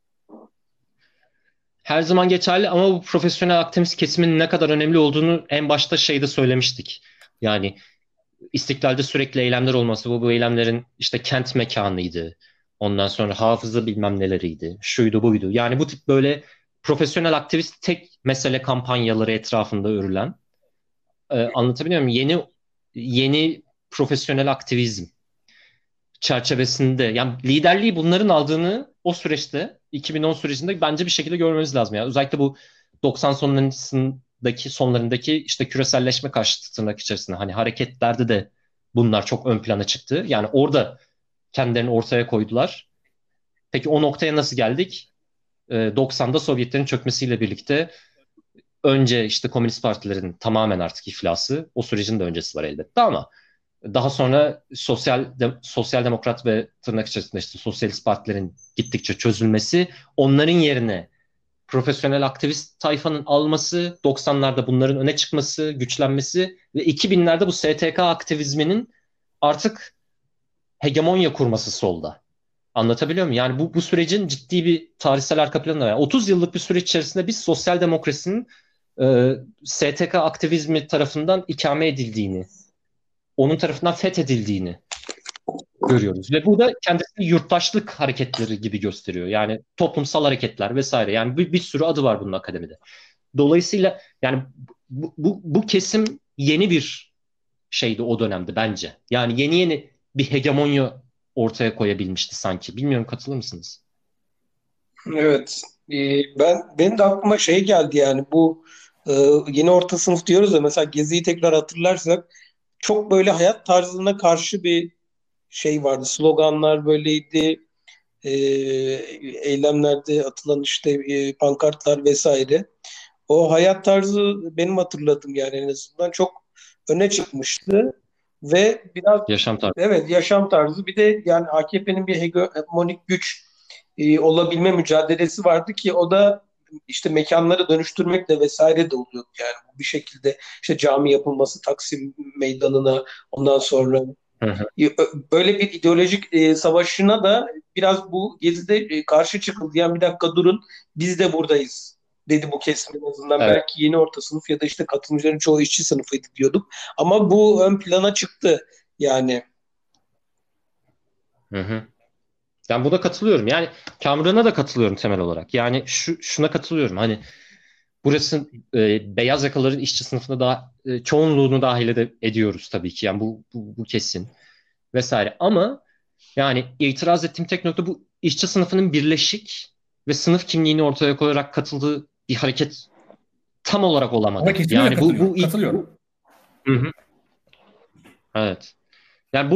her zaman geçerli ama bu profesyonel aktivist kesimin ne kadar önemli olduğunu en başta şeyde söylemiştik. Yani İstiklal'de sürekli eylemler olması, bu eylemlerin işte kent mekanıydı. Ondan sonra hafıza bilmem neleriydi. Şuydu buydu. Yani bu tip böyle profesyonel aktivist tek mesele kampanyaları etrafında örülen. Anlatabiliyor muyum? Yeni profesyonel aktivizm çerçevesinde yani liderliği bunların aldığını o süreçte 2010 sürecinde bence bir şekilde görmemiz lazım. Yani özellikle bu 90 sonlarındaki işte küreselleşme karşıtı tırnak içerisinde hani hareketlerde de bunlar çok ön plana çıktı. Yani orada kendilerini ortaya koydular. Peki o noktaya nasıl geldik? 90'da Sovyetlerin çökmesiyle birlikte önce işte komünist partilerin tamamen artık iflası, o sürecin de öncesi var elbette ama daha sonra sosyal demokrat ve tırnak içerisinde işte sosyalist partilerin gittikçe çözülmesi, onların yerine profesyonel aktivist tayfanın alması, 90'larda bunların öne çıkması, güçlenmesi ve 2000'lerde bu STK aktivizminin artık hegemonya kurması solda. Anlatabiliyor muyum? Yani bu sürecin ciddi bir tarihsel arka planı var. Yani 30 yıllık bir süreç içerisinde biz sosyal demokrasinin STK aktivizmi tarafından ikame edildiğini, onun tarafından fethedildiğini görüyoruz. Ve bu da kendisini yurttaşlık hareketleri gibi gösteriyor. Yani toplumsal hareketler vesaire. Yani bir sürü adı var bunun akademide. Dolayısıyla yani bu kesim yeni bir şeydi o dönemde bence. Yani yeni bir hegemonya ortaya koyabilmişti sanki. Bilmiyorum katılır mısınız? Evet. Benim de aklıma şey geldi yani bu Yeni orta sınıf diyoruz da mesela Gezi'yi tekrar hatırlarsak çok böyle hayat tarzına karşı bir şey vardı. Sloganlar böyleydi. Ee, Eylemlerde atılan işte pankartlar vesaire. O hayat tarzı benim hatırladığım yani en azından çok öne çıkmıştı ve biraz Yaşam tarzı. evet yaşam tarzı bir de yani AKP'nin bir hegemonik güç olabilme mücadelesi vardı ki o da işte mekanları dönüştürmekle vesaire de oluyordu yani bu bir şekilde işte cami yapılması Taksim Meydanı'na ondan sonra Hı hı. böyle bir ideolojik savaşına da biraz bu Gezi'de karşı çıkıldı. Yani bir dakika durun biz de buradayız dedi bu kesim en azından. Evet. Belki yeni orta sınıf ya da işte katılımcıların çoğu işçi sınıfıydı diyorduk. Ama bu ön plana çıktı yani. Hı hı. Ben buna katılıyorum. Yani Cameron'a da katılıyorum temel olarak. Yani şuna katılıyorum. Hani burası beyaz yakalıların işçi sınıfına da çoğunluğunu dahil ediyoruz tabii ki. Yani bu kesin vesaire. Ama yani itiraz ettiğim tek nokta bu işçi sınıfının birleşik ve sınıf kimliğini ortaya koyarak katıldığı bir hareket tam olarak Ona olamadı. kesinlikle Yani katılıyorum. Katılıyorum. Hı hı. Evet. Yani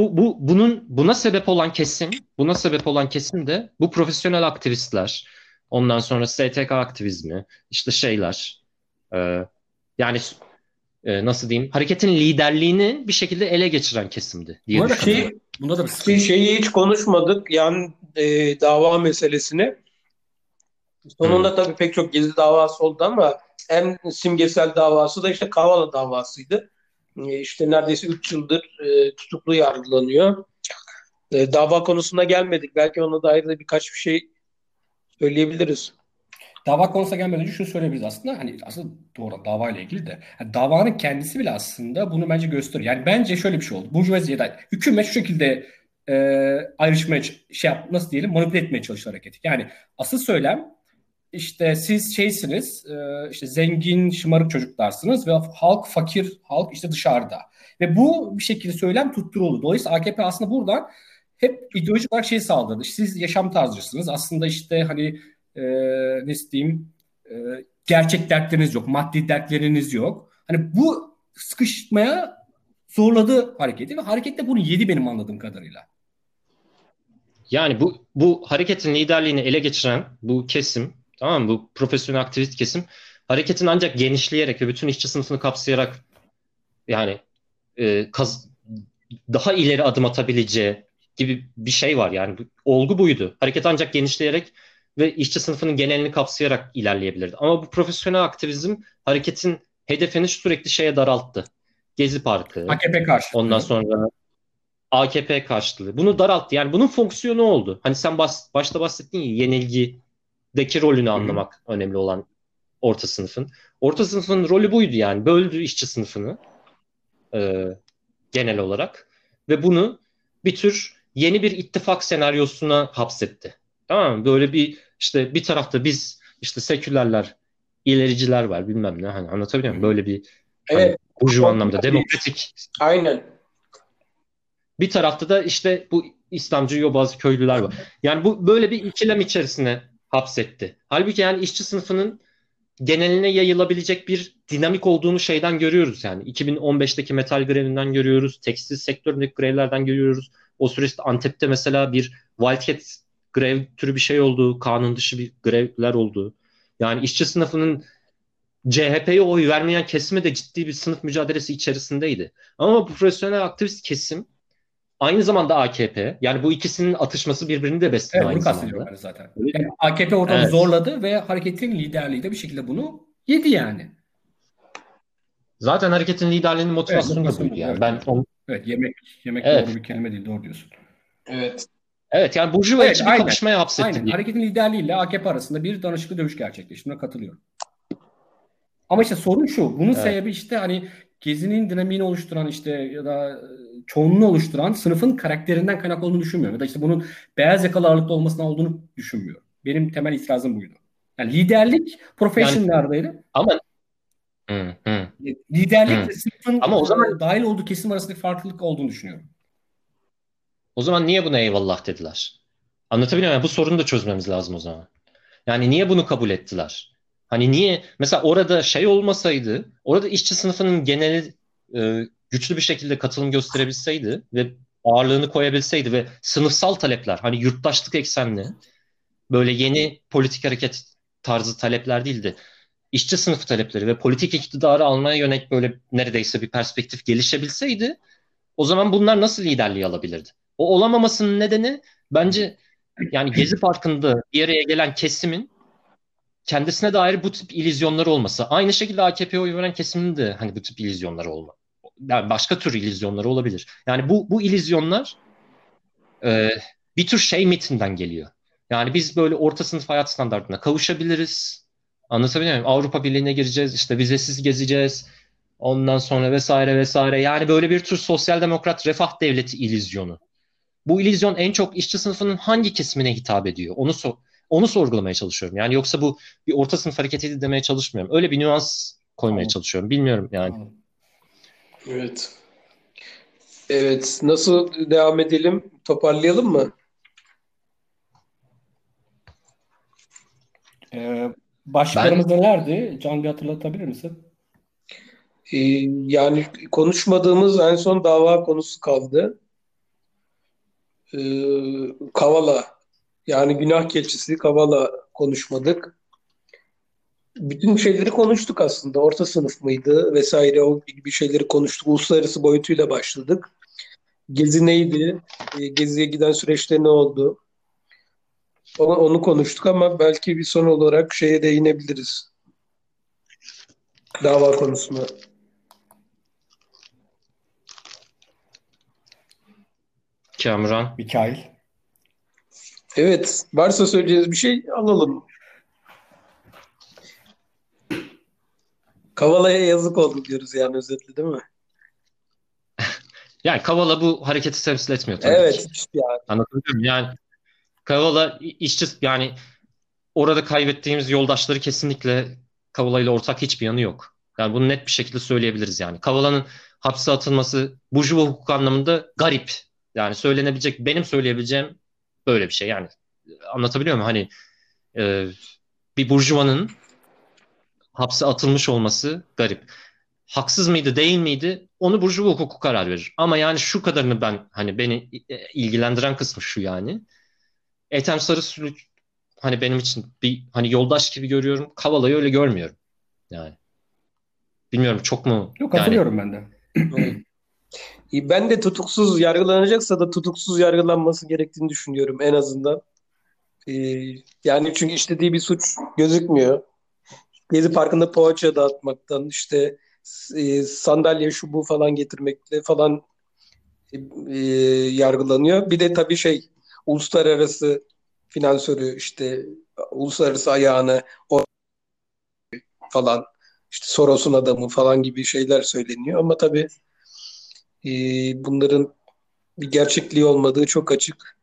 buna sebep olan kesim de bu profesyonel aktivistler, ondan sonra STK aktivizmi, işte şeyler, e, yani nasıl diyeyim, hareketin liderliğini bir şekilde ele geçiren kesimdi diye Buna da düşünüyorum. katılıyorum. Bunda da bir sıkıntı yok. Şeyi hiç konuşmadık yani dava meselesini. Hı. Sonunda tabii pek çok gezi davası oldu ama en simgesel davası da işte Kavala davasıydı. İşte neredeyse 3 yıldır tutuklu yargılanıyor. Dava konusuna gelmedik. Belki ona dair de birkaç bir şey söyleyebiliriz. Dava konusuna gelmeden önce şunu söyleyebiliriz aslında. Hani aslında doğru davayla ilgili de. Yani davanın kendisi bile aslında bunu bence gösteriyor. Yani bence şöyle bir şey oldu. Burjuvazi ya da hükümet şu şekilde ayrışmaya nasıl diyelim manipüle etmeye çalışıyor hareketi. Yani asıl söylem işte siz şeysiniz işte zengin şımarık çocuklarsınız ve halk fakir halk işte dışarıda. Ve bu bir şekilde söylem tutturuldu. Dolayısıyla AKP aslında buradan hep ideolojik olarak şey sağladı. İşte siz yaşam tarzcısınız. Aslında işte hani e, nasıl diyeyim e, gerçek dertleriniz yok. Maddi dertleriniz yok. Hani bu sıkışmaya zorladı hareketi ve hareket de bunu yedi benim anladığım kadarıyla. Yani bu hareketin liderliğini ele geçiren bu kesim, tamam mı? Bu profesyonel aktivist kesim hareketin ancak genişleyerek ve bütün işçi sınıfını kapsayarak yani e, kaz- daha ileri adım atabileceği gibi bir şey var. Yani olgu buydu. Hareket ancak genişleyerek ve işçi sınıfının genelini kapsayarak ilerleyebilirdi. Ama bu profesyonel aktivizm hareketin hedefini sürekli şeye daralttı. Gezi Parkı, AKP ondan karşıtlığı. sonra AKP karşıtlığı. Bunu daralttı. Yani bunun fonksiyonu oldu. Hani sen başta bahsettin ya, yenilgideki rolünü Hı hı. anlamak önemli olan orta sınıfın. Orta sınıfın rolü buydu yani. Böldü işçi sınıfını e, genel olarak ve bunu bir tür yeni bir ittifak senaryosuna hapsetti. Tamam mı? Böyle bir işte bir tarafta biz işte sekülerler, ilericiler var bilmem ne, hani anlatabiliyor Hı muyum? hı. Böyle bir hani Evet. burjuva anlamda demokratik, Aynen. bir tarafta da işte bu İslamcı yobaz köylüler var. Yani bu böyle bir ikilem içerisine hapsetti. Halbuki yani işçi sınıfının geneline yayılabilecek bir dinamik olduğunu şeyden görüyoruz yani. 2015'teki metal grevinden görüyoruz. Tekstil sektöründeki grevlerden görüyoruz. O süreçte Antep'te mesela bir wildcat grev türü bir şey oldu. Kanun dışı bir grevler oldu. Yani işçi sınıfının CHP'ye oy vermeyen kesime de ciddi bir sınıf mücadelesi içerisindeydi. Ama bu profesyonel aktivist kesim aynı zamanda AKP. Yani bu ikisinin atışması birbirini de besledi Evet bunu aynı kastediyorum zamanda. ben de zaten. Yani AKP ortamı Evet. zorladı ve hareketin liderliği de bir şekilde bunu yedi yani. Zaten hareketin liderliğinin Evet motivasyonu da motivasyon buydu bu. yani. Evet Ben evet. onu, Evet yemek doğru evet. bir kelime değil doğru diyorsun. Evet. Evet yani Burjuva Evet içi bir aynen. kapışmaya hapsetti Aynen. diye. Hareketin liderliğiyle AKP arasında bir danışıklı dövüş gerçekleşti. Buna katılıyorum. Ama işte sorun şu. Bunun Evet. sebebi işte hani Gezi'nin dinamiğini oluşturan işte ya da çoğunluğu oluşturan sınıfın karakterinden kaynaklı olduğunu düşünmüyorum. Ya da işte bunun beyaz yakalı ağırlıklı olmasından olduğunu düşünmüyorum. Benim temel itirazım buydu. Yani liderlik Yani professionellerdeydi. ama hı, hı, Liderlikle hı. sınıfın Ama dahil olduğu kesim arasındaki farklılık olduğunu düşünüyorum. o zaman niye buna eyvallah dediler? Anlatabiliyor muyum? Yani bu sorunu da çözmemiz lazım o zaman. Yani niye bunu kabul ettiler? Hani niye mesela orada şey olmasaydı, orada işçi sınıfının geneli güçlü bir şekilde katılım gösterebilseydi ve ağırlığını koyabilseydi ve sınıfsal talepler, hani yurttaşlık eksenli böyle yeni politik hareket tarzı talepler değildi. İşçi sınıfı talepleri ve politik iktidarı almaya yönelik böyle neredeyse bir perspektif gelişebilseydi, o zaman bunlar nasıl liderliği alabilirdi? O olamamasının nedeni bence yani Gezi Parkı'nda bir araya gelen kesimin kendisine dair bu tip illüzyonları olması. Aynı şekilde AKP'ye oy veren kesimin de hani bu tip illüzyonları olma. Yani başka tür illüzyonları olabilir. Yani bu illüzyonlar e, bir tür şey mitinden geliyor. Yani biz böyle orta sınıf hayat standartına kavuşabiliriz. Anlatabiliyor muyum? Avrupa Birliği'ne gireceğiz, işte vizesiz gezeceğiz. Ondan sonra vesaire vesaire. Yani böyle bir tür sosyal demokrat refah devleti illüzyonu. Bu illüzyon en çok işçi sınıfının hangi kesimine hitap ediyor? Onu sorgulamaya çalışıyorum. Yani yoksa bu bir orta sınıf hareketi demeye çalışmıyorum. Öyle bir nüans koymaya Anladım. çalışıyorum. Bilmiyorum yani. Anladım. Evet. Evet. Nasıl devam edelim? Toparlayalım mı? Başlıklarımız Ben nelerdi? Can, bir hatırlatabilir misin? Ee, Yani konuşmadığımız en son dava konusu kaldı. Kavala. Yani günah keçisi Kavala konuşmadık. Bütün şeyleri konuştuk aslında. Orta sınıf mıydı vesaire o gibi şeyleri konuştuk. Uluslararası boyutuyla başladık. Gezi neydi? Geziye giden süreçte ne oldu? Onu konuştuk ama belki bir son olarak şeye değinebiliriz. Dava konusuna. Kamuran. Mikail. Evet. Varsa söyleyeceğiniz bir şey alalım. Kavala'ya yazık oldu diyoruz yani özetle değil mi? Yani Kavala bu hareketi temsil etmiyor tabii ki. Evet işte yani. Anlatabiliyor muyum? Yani Kavala işçi yani orada kaybettiğimiz yoldaşları kesinlikle Kavala ile ortak hiçbir yanı yok. Yani bunu net bir şekilde söyleyebiliriz yani. Kavala'nın hapse atılması burjuva hukuk anlamında garip. Yani söylenebilecek, benim söyleyebileceğim böyle bir şey. Yani anlatabiliyor muyum? Hani e, bir burjuvanın hapse atılmış olması garip. Haksız mıydı, değil miydi? Onu burjuva hukuku karar verir. Ama yani şu kadarını ben hani beni ilgilendiren kısmı şu yani. Ethem Sarısülük hani benim için bir hani yoldaş gibi görüyorum. Kavala'yı öyle görmüyorum. Yani bilmiyorum çok mu Yok, yani katılıyorum ben de. Evet. Ben de tutuksuz yargılanacaksa da tutuksuz yargılanması gerektiğini düşünüyorum en azından. Ee, Yani çünkü işlediği bir suç gözükmüyor. Gezi Parkı'nda poğaça dağıtmaktan işte sandalye şu bu falan getirmekle falan e, yargılanıyor. Bir de tabii şey uluslararası finansörü işte uluslararası ayağını o falan işte Soros'un adamı falan gibi şeyler söyleniyor. Ama tabii bunların bir gerçekliği olmadığı çok açık.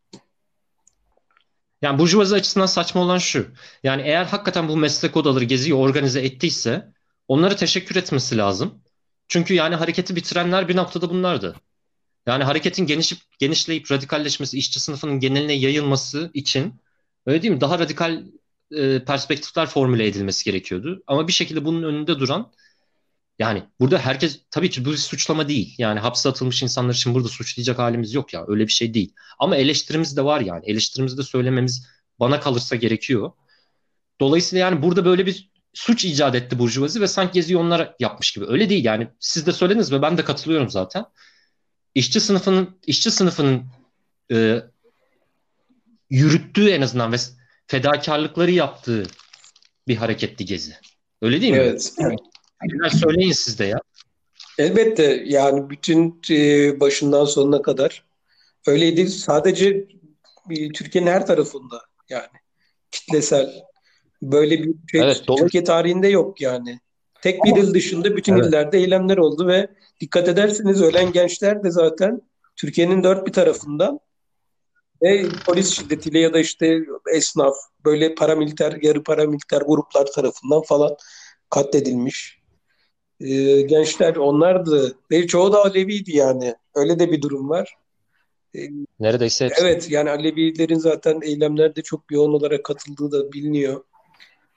yani burjuvazi açısından saçma olan şu. Yani eğer hakikaten bu meslek odaları geziyi organize ettiyse onlara teşekkür etmesi lazım. Çünkü yani hareketi bitirenler bir noktada bunlardı. Yani hareketin genişleyip radikalleşmesi, işçi sınıfının geneline yayılması için öyle değil mi? Daha radikal perspektifler formüle edilmesi gerekiyordu. Ama bir şekilde bunun önünde duran yani burada herkes tabii ki bu bir suçlama değil. Yani hapse atılmış insanlar için burada suçlayacak halimiz yok ya. Öyle bir şey değil. Ama eleştirimiz de var yani. Eleştirimizi de söylememiz bana kalırsa gerekiyor. Dolayısıyla yani burada böyle bir suç icat etti Burjuvazi ve sanki Gezi'yi onlar yapmış gibi. Öyle değil yani. Siz de söylediniz ve ben de katılıyorum zaten. İşçi sınıfının e, yürüttüğü en azından ve fedakarlıkları yaptığı bir hareketti Gezi. Öyle değil mi? Evet. Evet. Biraz söyleyin siz de ya. Elbette yani bütün başından sonuna kadar öyleydi. Sadece Türkiye'nin her tarafında yani kitlesel böyle bir şey Evet, Türkiye tarihinde yok yani. Tek bir il dışında bütün evet. illerde eylemler oldu ve dikkat ederseniz ölen gençler de zaten Türkiye'nin dört bir tarafından ve polis şiddetiyle ya da işte esnaf böyle paramiliter, yarı paramiliter gruplar tarafından falan katledilmiş. Gençler onlardı ve çoğu da Aleviydi yani. Öyle de bir durum var. E, Neredeyse hepsi. evet yani Alevilerin zaten eylemlerde çok yoğun olarak katıldığı da biliniyor.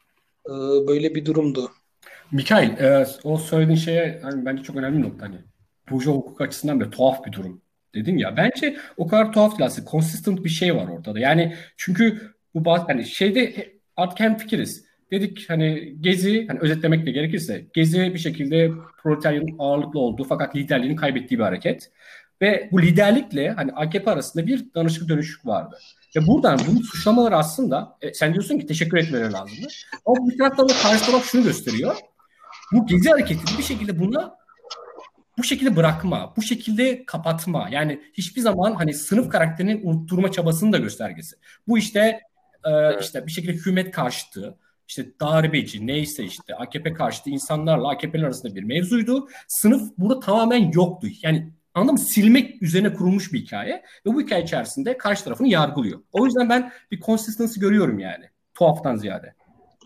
Böyle bir durumdu. Mikail, o söylediğin şeye hani bence çok önemli bir nokta. Hani burjuva hukuk açısından bile tuhaf bir durum. Dedin ya. Bence o kadar tuhaf değil aslında. Consistent bir şey var ortada. Yani çünkü hani şeyde artık hemfikiriz. Dedik hani Gezi, hani özetlemek de gerekirse Gezi bir şekilde proletaryanın ağırlıklı olduğu fakat liderliğini kaybettiği bir hareket. Ve bu liderlikle hani AKP arasında bir danışık dönüşük vardı. Ve buradan bunun suçlamaları aslında sen diyorsun ki teşekkür etmeleri lazımdı. Ama bir taraftan da karşı taraf şunu gösteriyor. Bu gezi hareketini bir şekilde bu şekilde bırakma, bu şekilde kapatma. Yani hiçbir zaman hani sınıf karakterini unutturma çabasının da göstergesi. Bu işte bir şekilde hükümet karşıtı, işte darbeci neyse işte AKP karşıtı insanlarla AKP'nin arasında bir mevzuydu. Sınıf burada tamamen yoktu. Yani anladın mı? Silmek üzerine kurulmuş bir hikaye ve bu hikaye içerisinde karşı tarafını yargılıyor. O yüzden ben bir consistency görüyorum yani. Tuhaftan ziyade.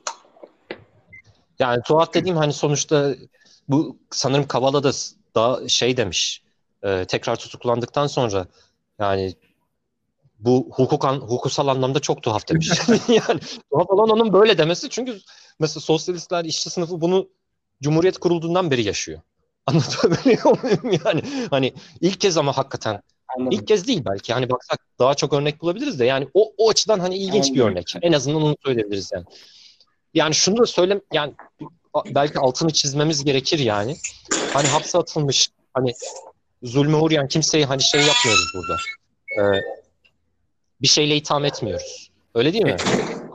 Yani tuhaf dediğim hani sonuçta bu sanırım Kavala da daha şey demiş. Tekrar tutuklandıktan sonra yani bu hukusal anlamda çok tuhaf demiş. Yani tuhaf olan onun böyle demesi çünkü mesela sosyalistler, işçi sınıfı bunu Cumhuriyet kurulduğundan beri yaşıyor. Anlatabiliyor muyum? Yani hani ilk kez ama hakikaten Anladım. ilk kez değil belki. Hani baksak daha çok örnek bulabiliriz de yani o açıdan hani ilginç bir Anladım. örnek. En azından onu söyleyebiliriz yani. Yani şunu da yani belki altını çizmemiz gerekir yani. Hani hapse atılmış, hani zulme uğrayan kimseyi hani şey yapmıyoruz burada. Ee, Bir şeyle itham etmiyoruz. Öyle değil mi?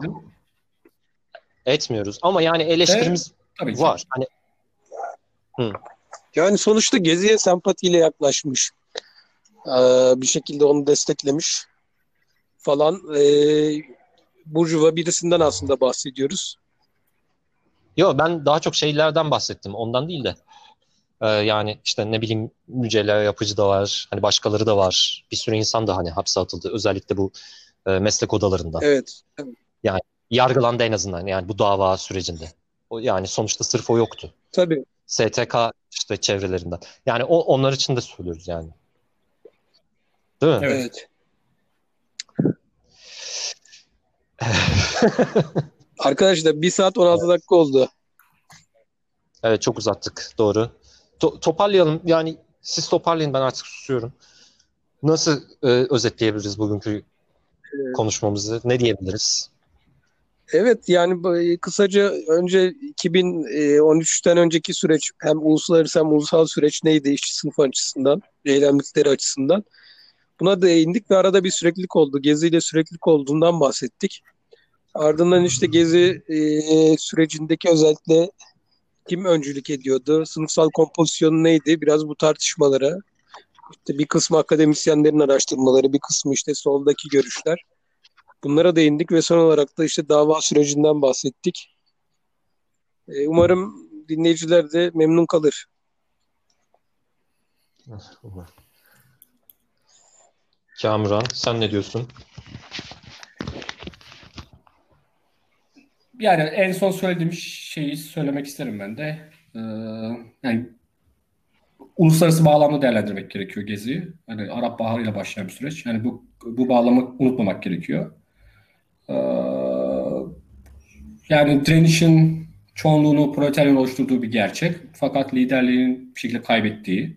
Etmiyoruz. Ama yani De eleştirimiz tabii ki. var. Hani hı. Yani sonuçta Gezi'ye sempatiyle yaklaşmış. Bir şekilde onu desteklemiş falan. Burjuva birisinden aslında bahsediyoruz. Yo, ben daha çok şeylerden bahsettim. Ondan değil de. Yani işte ne bileyim Mücella Yapıcı da var. Hani başkaları da var. Bir sürü insan da hani hapse atıldı. Özellikle bu meslek odalarında. Evet. Yani yargılandı en azından yani bu dava sürecinde. O yani sonuçta sırf o yoktu. Tabii. STK işte çevrelerinden. Yani onlar için de söylüyoruz yani. Değil mi? Evet. Evet. Arkadaşlar 1 saat 16 dakika oldu. Evet, çok uzattık. Doğru. Toparlayalım. Yani siz toparlayın, ben artık susuyorum. Nasıl özetleyebiliriz bugünkü konuşmamızı? Ne diyebiliriz? Evet yani kısaca önce 2013'ten önceki süreç hem uluslararası hem ulusal süreç neydi işçi sınıfı açısından, eylemlikleri açısından. Buna değindik ve arada bir süreklilik oldu. Gezi ile süreklilik olduğundan bahsettik. Ardından işte Gezi sürecindeki özellikle kim öncülük ediyordu? Sınıfsal kompozisyonu neydi? Biraz bu tartışmalara, işte bir kısmı akademisyenlerin araştırmaları, bir kısmı işte soldaki görüşler. Bunlara değindik ve son olarak da işte dava sürecinden bahsettik. Umarım dinleyiciler de memnun kalır. Kamuran, sen ne diyorsun? Yani en son söylediğim şeyi söylemek isterim ben de. Yani uluslararası bağlamda değerlendirmek gerekiyor Gezi'yi. Hani Arap Baharı ile başlayan bir süreç. Yani bu bağlamı unutmamak gerekiyor. Ee, Yani direnişin çoğunluğunu proletaryanın oluşturduğu bir gerçek. Fakat liderliğin bir şekilde kaybettiği,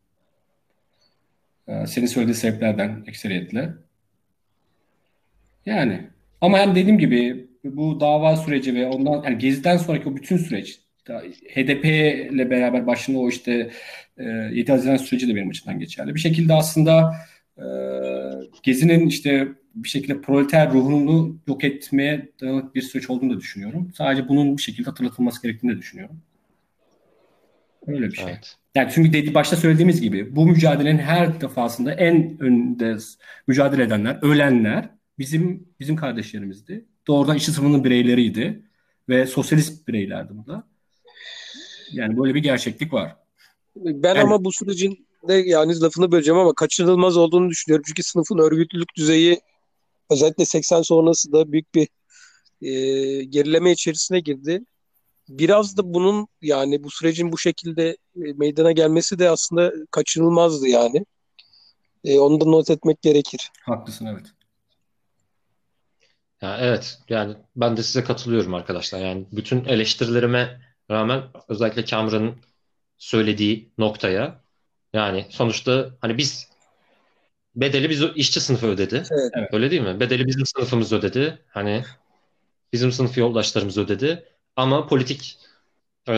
senin söylediğin sebeplerden ekseriyetle. Yani ama hem dediğim gibi bu dava süreci ve ondan yani Gezi'den sonraki o bütün süreç HDP ile beraber başında o işte 7 Haziran süreci de benim açımdan geçerli. Bir şekilde aslında e, Gezi'nin işte bir şekilde proleter ruhunu yok etmeye dayalı bir süreç olduğunu da düşünüyorum. Sadece bunun bir şekilde hatırlatılması gerektiğini de düşünüyorum. Öyle bir şey. Evet. Yani çünkü başta söylediğimiz gibi bu mücadelenin her defasında en önde mücadele edenler, ölenler bizim kardeşlerimizdi. Doğrudan işçi sınıfının bireyleriydi ve sosyalist bireylerdi bu da. Yani böyle bir gerçeklik var. Ben Yani ama bu sürecin de yani lafını böleceğim ama kaçınılmaz olduğunu düşünüyorum. Çünkü sınıfın örgütlülük düzeyi özellikle 80 sonrası da büyük bir gerileme içerisine girdi. Biraz da bunun yani bu sürecin bu şekilde meydana gelmesi de aslında kaçınılmazdı yani. Onu da not etmek gerekir. haklısın evet. Ya evet, yani ben de size katılıyorum arkadaşlar. Yani bütün eleştirilerime rağmen özellikle Cameron'ın söylediği noktaya, yani sonuçta hani bedeli biz işçi sınıfı ödedi. Evet. Evet. Öyle değil mi? Bedeli bizim sınıfımız ödedi. Hani bizim sınıf yoldaşlarımız ödedi. Ama politik e,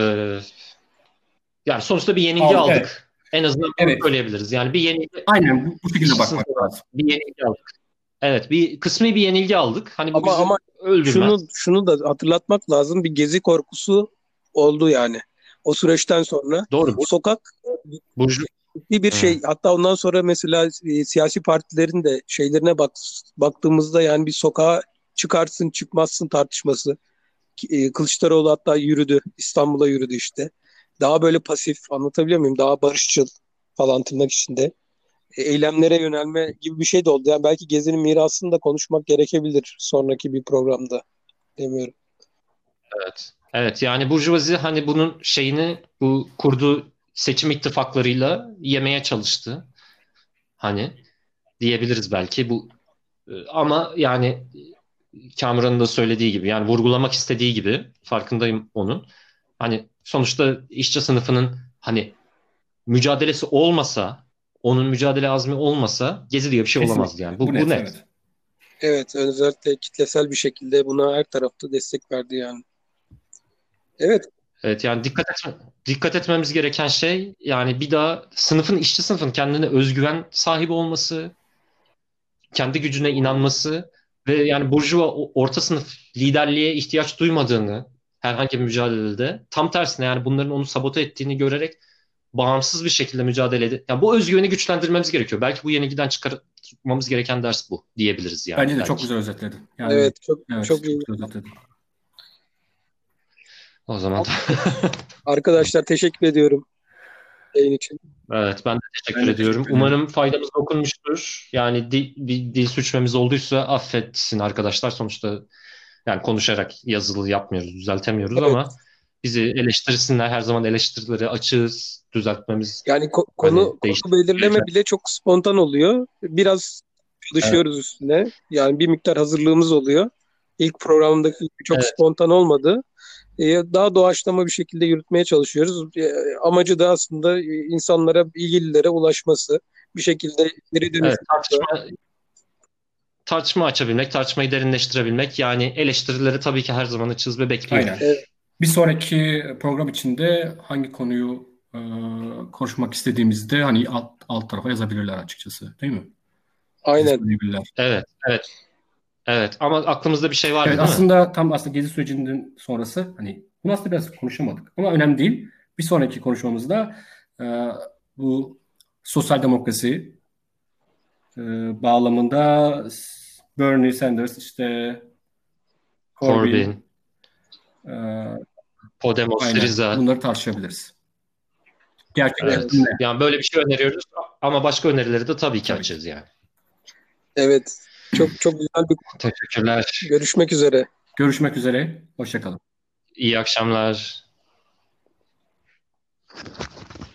yani sonuçta bir yenilgi Evet. aldık. En azından bunu Evet. söyleyebiliriz. Yani bir yenilgi Aynen bu şekilde işçi bakmak sınıfı olarak lazım. bir yenilgi aldık. Evet, bir kısmi bir yenilgi aldık. Hani bu Ama bizi öldürmez. şunu da hatırlatmak lazım. Bir gezi korkusu oldu yani. O süreçten sonra Doğru. sokak Burcu. bir Hı. şey, hatta ondan sonra mesela siyasi partilerin de şeylerine baktığımızda yani bir sokağa çıkarsın çıkmazsın tartışması. Kılıçdaroğlu hatta yürüdü. İstanbul'a yürüdü işte. Daha böyle pasif, anlatabiliyor muyum? Daha barışçıl falan tırnak içinde. Eylemlere yönelme gibi bir şey de oldu. Yani belki Gezi'nin mirasını da konuşmak gerekebilir sonraki bir programda. Demiyorum. Evet. Evet, yani Burjuvazi hani bunun şeyini bu kurduğu seçim ittifaklarıyla yemeye çalıştı. Hani diyebiliriz belki bu ama yani Cameron'ın da söylediği gibi, yani vurgulamak istediği gibi, farkındayım onun. Hani sonuçta işçi sınıfının hani mücadelesi olmasa, onun mücadele azmi olmasa Gezi diye bir şey olamazdı Kesinlikle. yani. Bu Bu net, net. evet. Evet, özellikle kitlesel bir şekilde buna her tarafta destek verdi yani. Evet, Evet, yani dikkat etmemiz gereken şey, yani bir daha sınıfın, işçi sınıfın kendine özgüven sahibi olması, kendi gücüne inanması ve yani burjuva orta sınıf liderliğe ihtiyaç duymadığını herhangi bir mücadelede, tam tersine yani bunların onu sabote ettiğini görerek bağımsız bir şekilde mücadele edip, yani bu özgüveni güçlendirmemiz gerekiyor. Belki bu yenilgiden çıkartmamız gereken ders bu diyebiliriz yani Bence de çok belki. güzel özetledin. Yani evet, çok evet, çok çok iyi. güzel özetledin. O zaman Arkadaşlar teşekkür ediyorum yayın için. evet, ben de Ben teşekkür de ediyorum. teşekkür ederim. Umarım faydamız dokunmuştur. Yani bir dil suçlamamız olduysa affetsin arkadaşlar. Sonuçta yani konuşarak yazılı yapmıyoruz, düzeltemiyoruz Evet, ama bizi eleştirsinler. Her zaman eleştirileri açığız. Düzeltmemiz, yani hani konu belirleme bile çok spontan oluyor. Biraz Evet, çalışıyoruz üstüne. Yani bir miktar hazırlığımız oluyor. İlk programdaki gibi çok evet, spontan olmadı. Daha doğaçlama bir şekilde yürütmeye çalışıyoruz. Amacı da aslında insanlara, ilgililere ulaşması, bir şekilde geri evet, dönüşü. tartışma açabilmek, tartışmayı derinleştirebilmek. Yani eleştirileri tabii ki her zaman açığız ve aynen. Evet, bekliyoruz. Bir sonraki program içinde hangi konuyu konuşmak istediğimizde hani alt tarafa yazabilirler açıkçası, değil mi? Bize aynen. söyleyebilirler. Evet, evet, evet. Ama aklımızda bir şey vardı, Evet, değil mi? aslında tam aslında gezi sürecinin sonrası hani bunu aslında biraz konuşamadık ama önemli değil. Bir sonraki konuşmamızda e, bu sosyal demokrasi e, bağlamında Bernie Sanders, işte Corbyn, Corbyn, e, Podemos, aynen Syriza. bunları tartışabiliriz. Gerçekten Evet. ne? Yani böyle bir şey öneriyoruz ama başka önerileri de tabii ki Tabii ki. açığız yani. Evet. Çok çok güzel bir Teşekkürler. görüşmek üzere. Görüşmek üzere. Hoşça kalın. İyi akşamlar.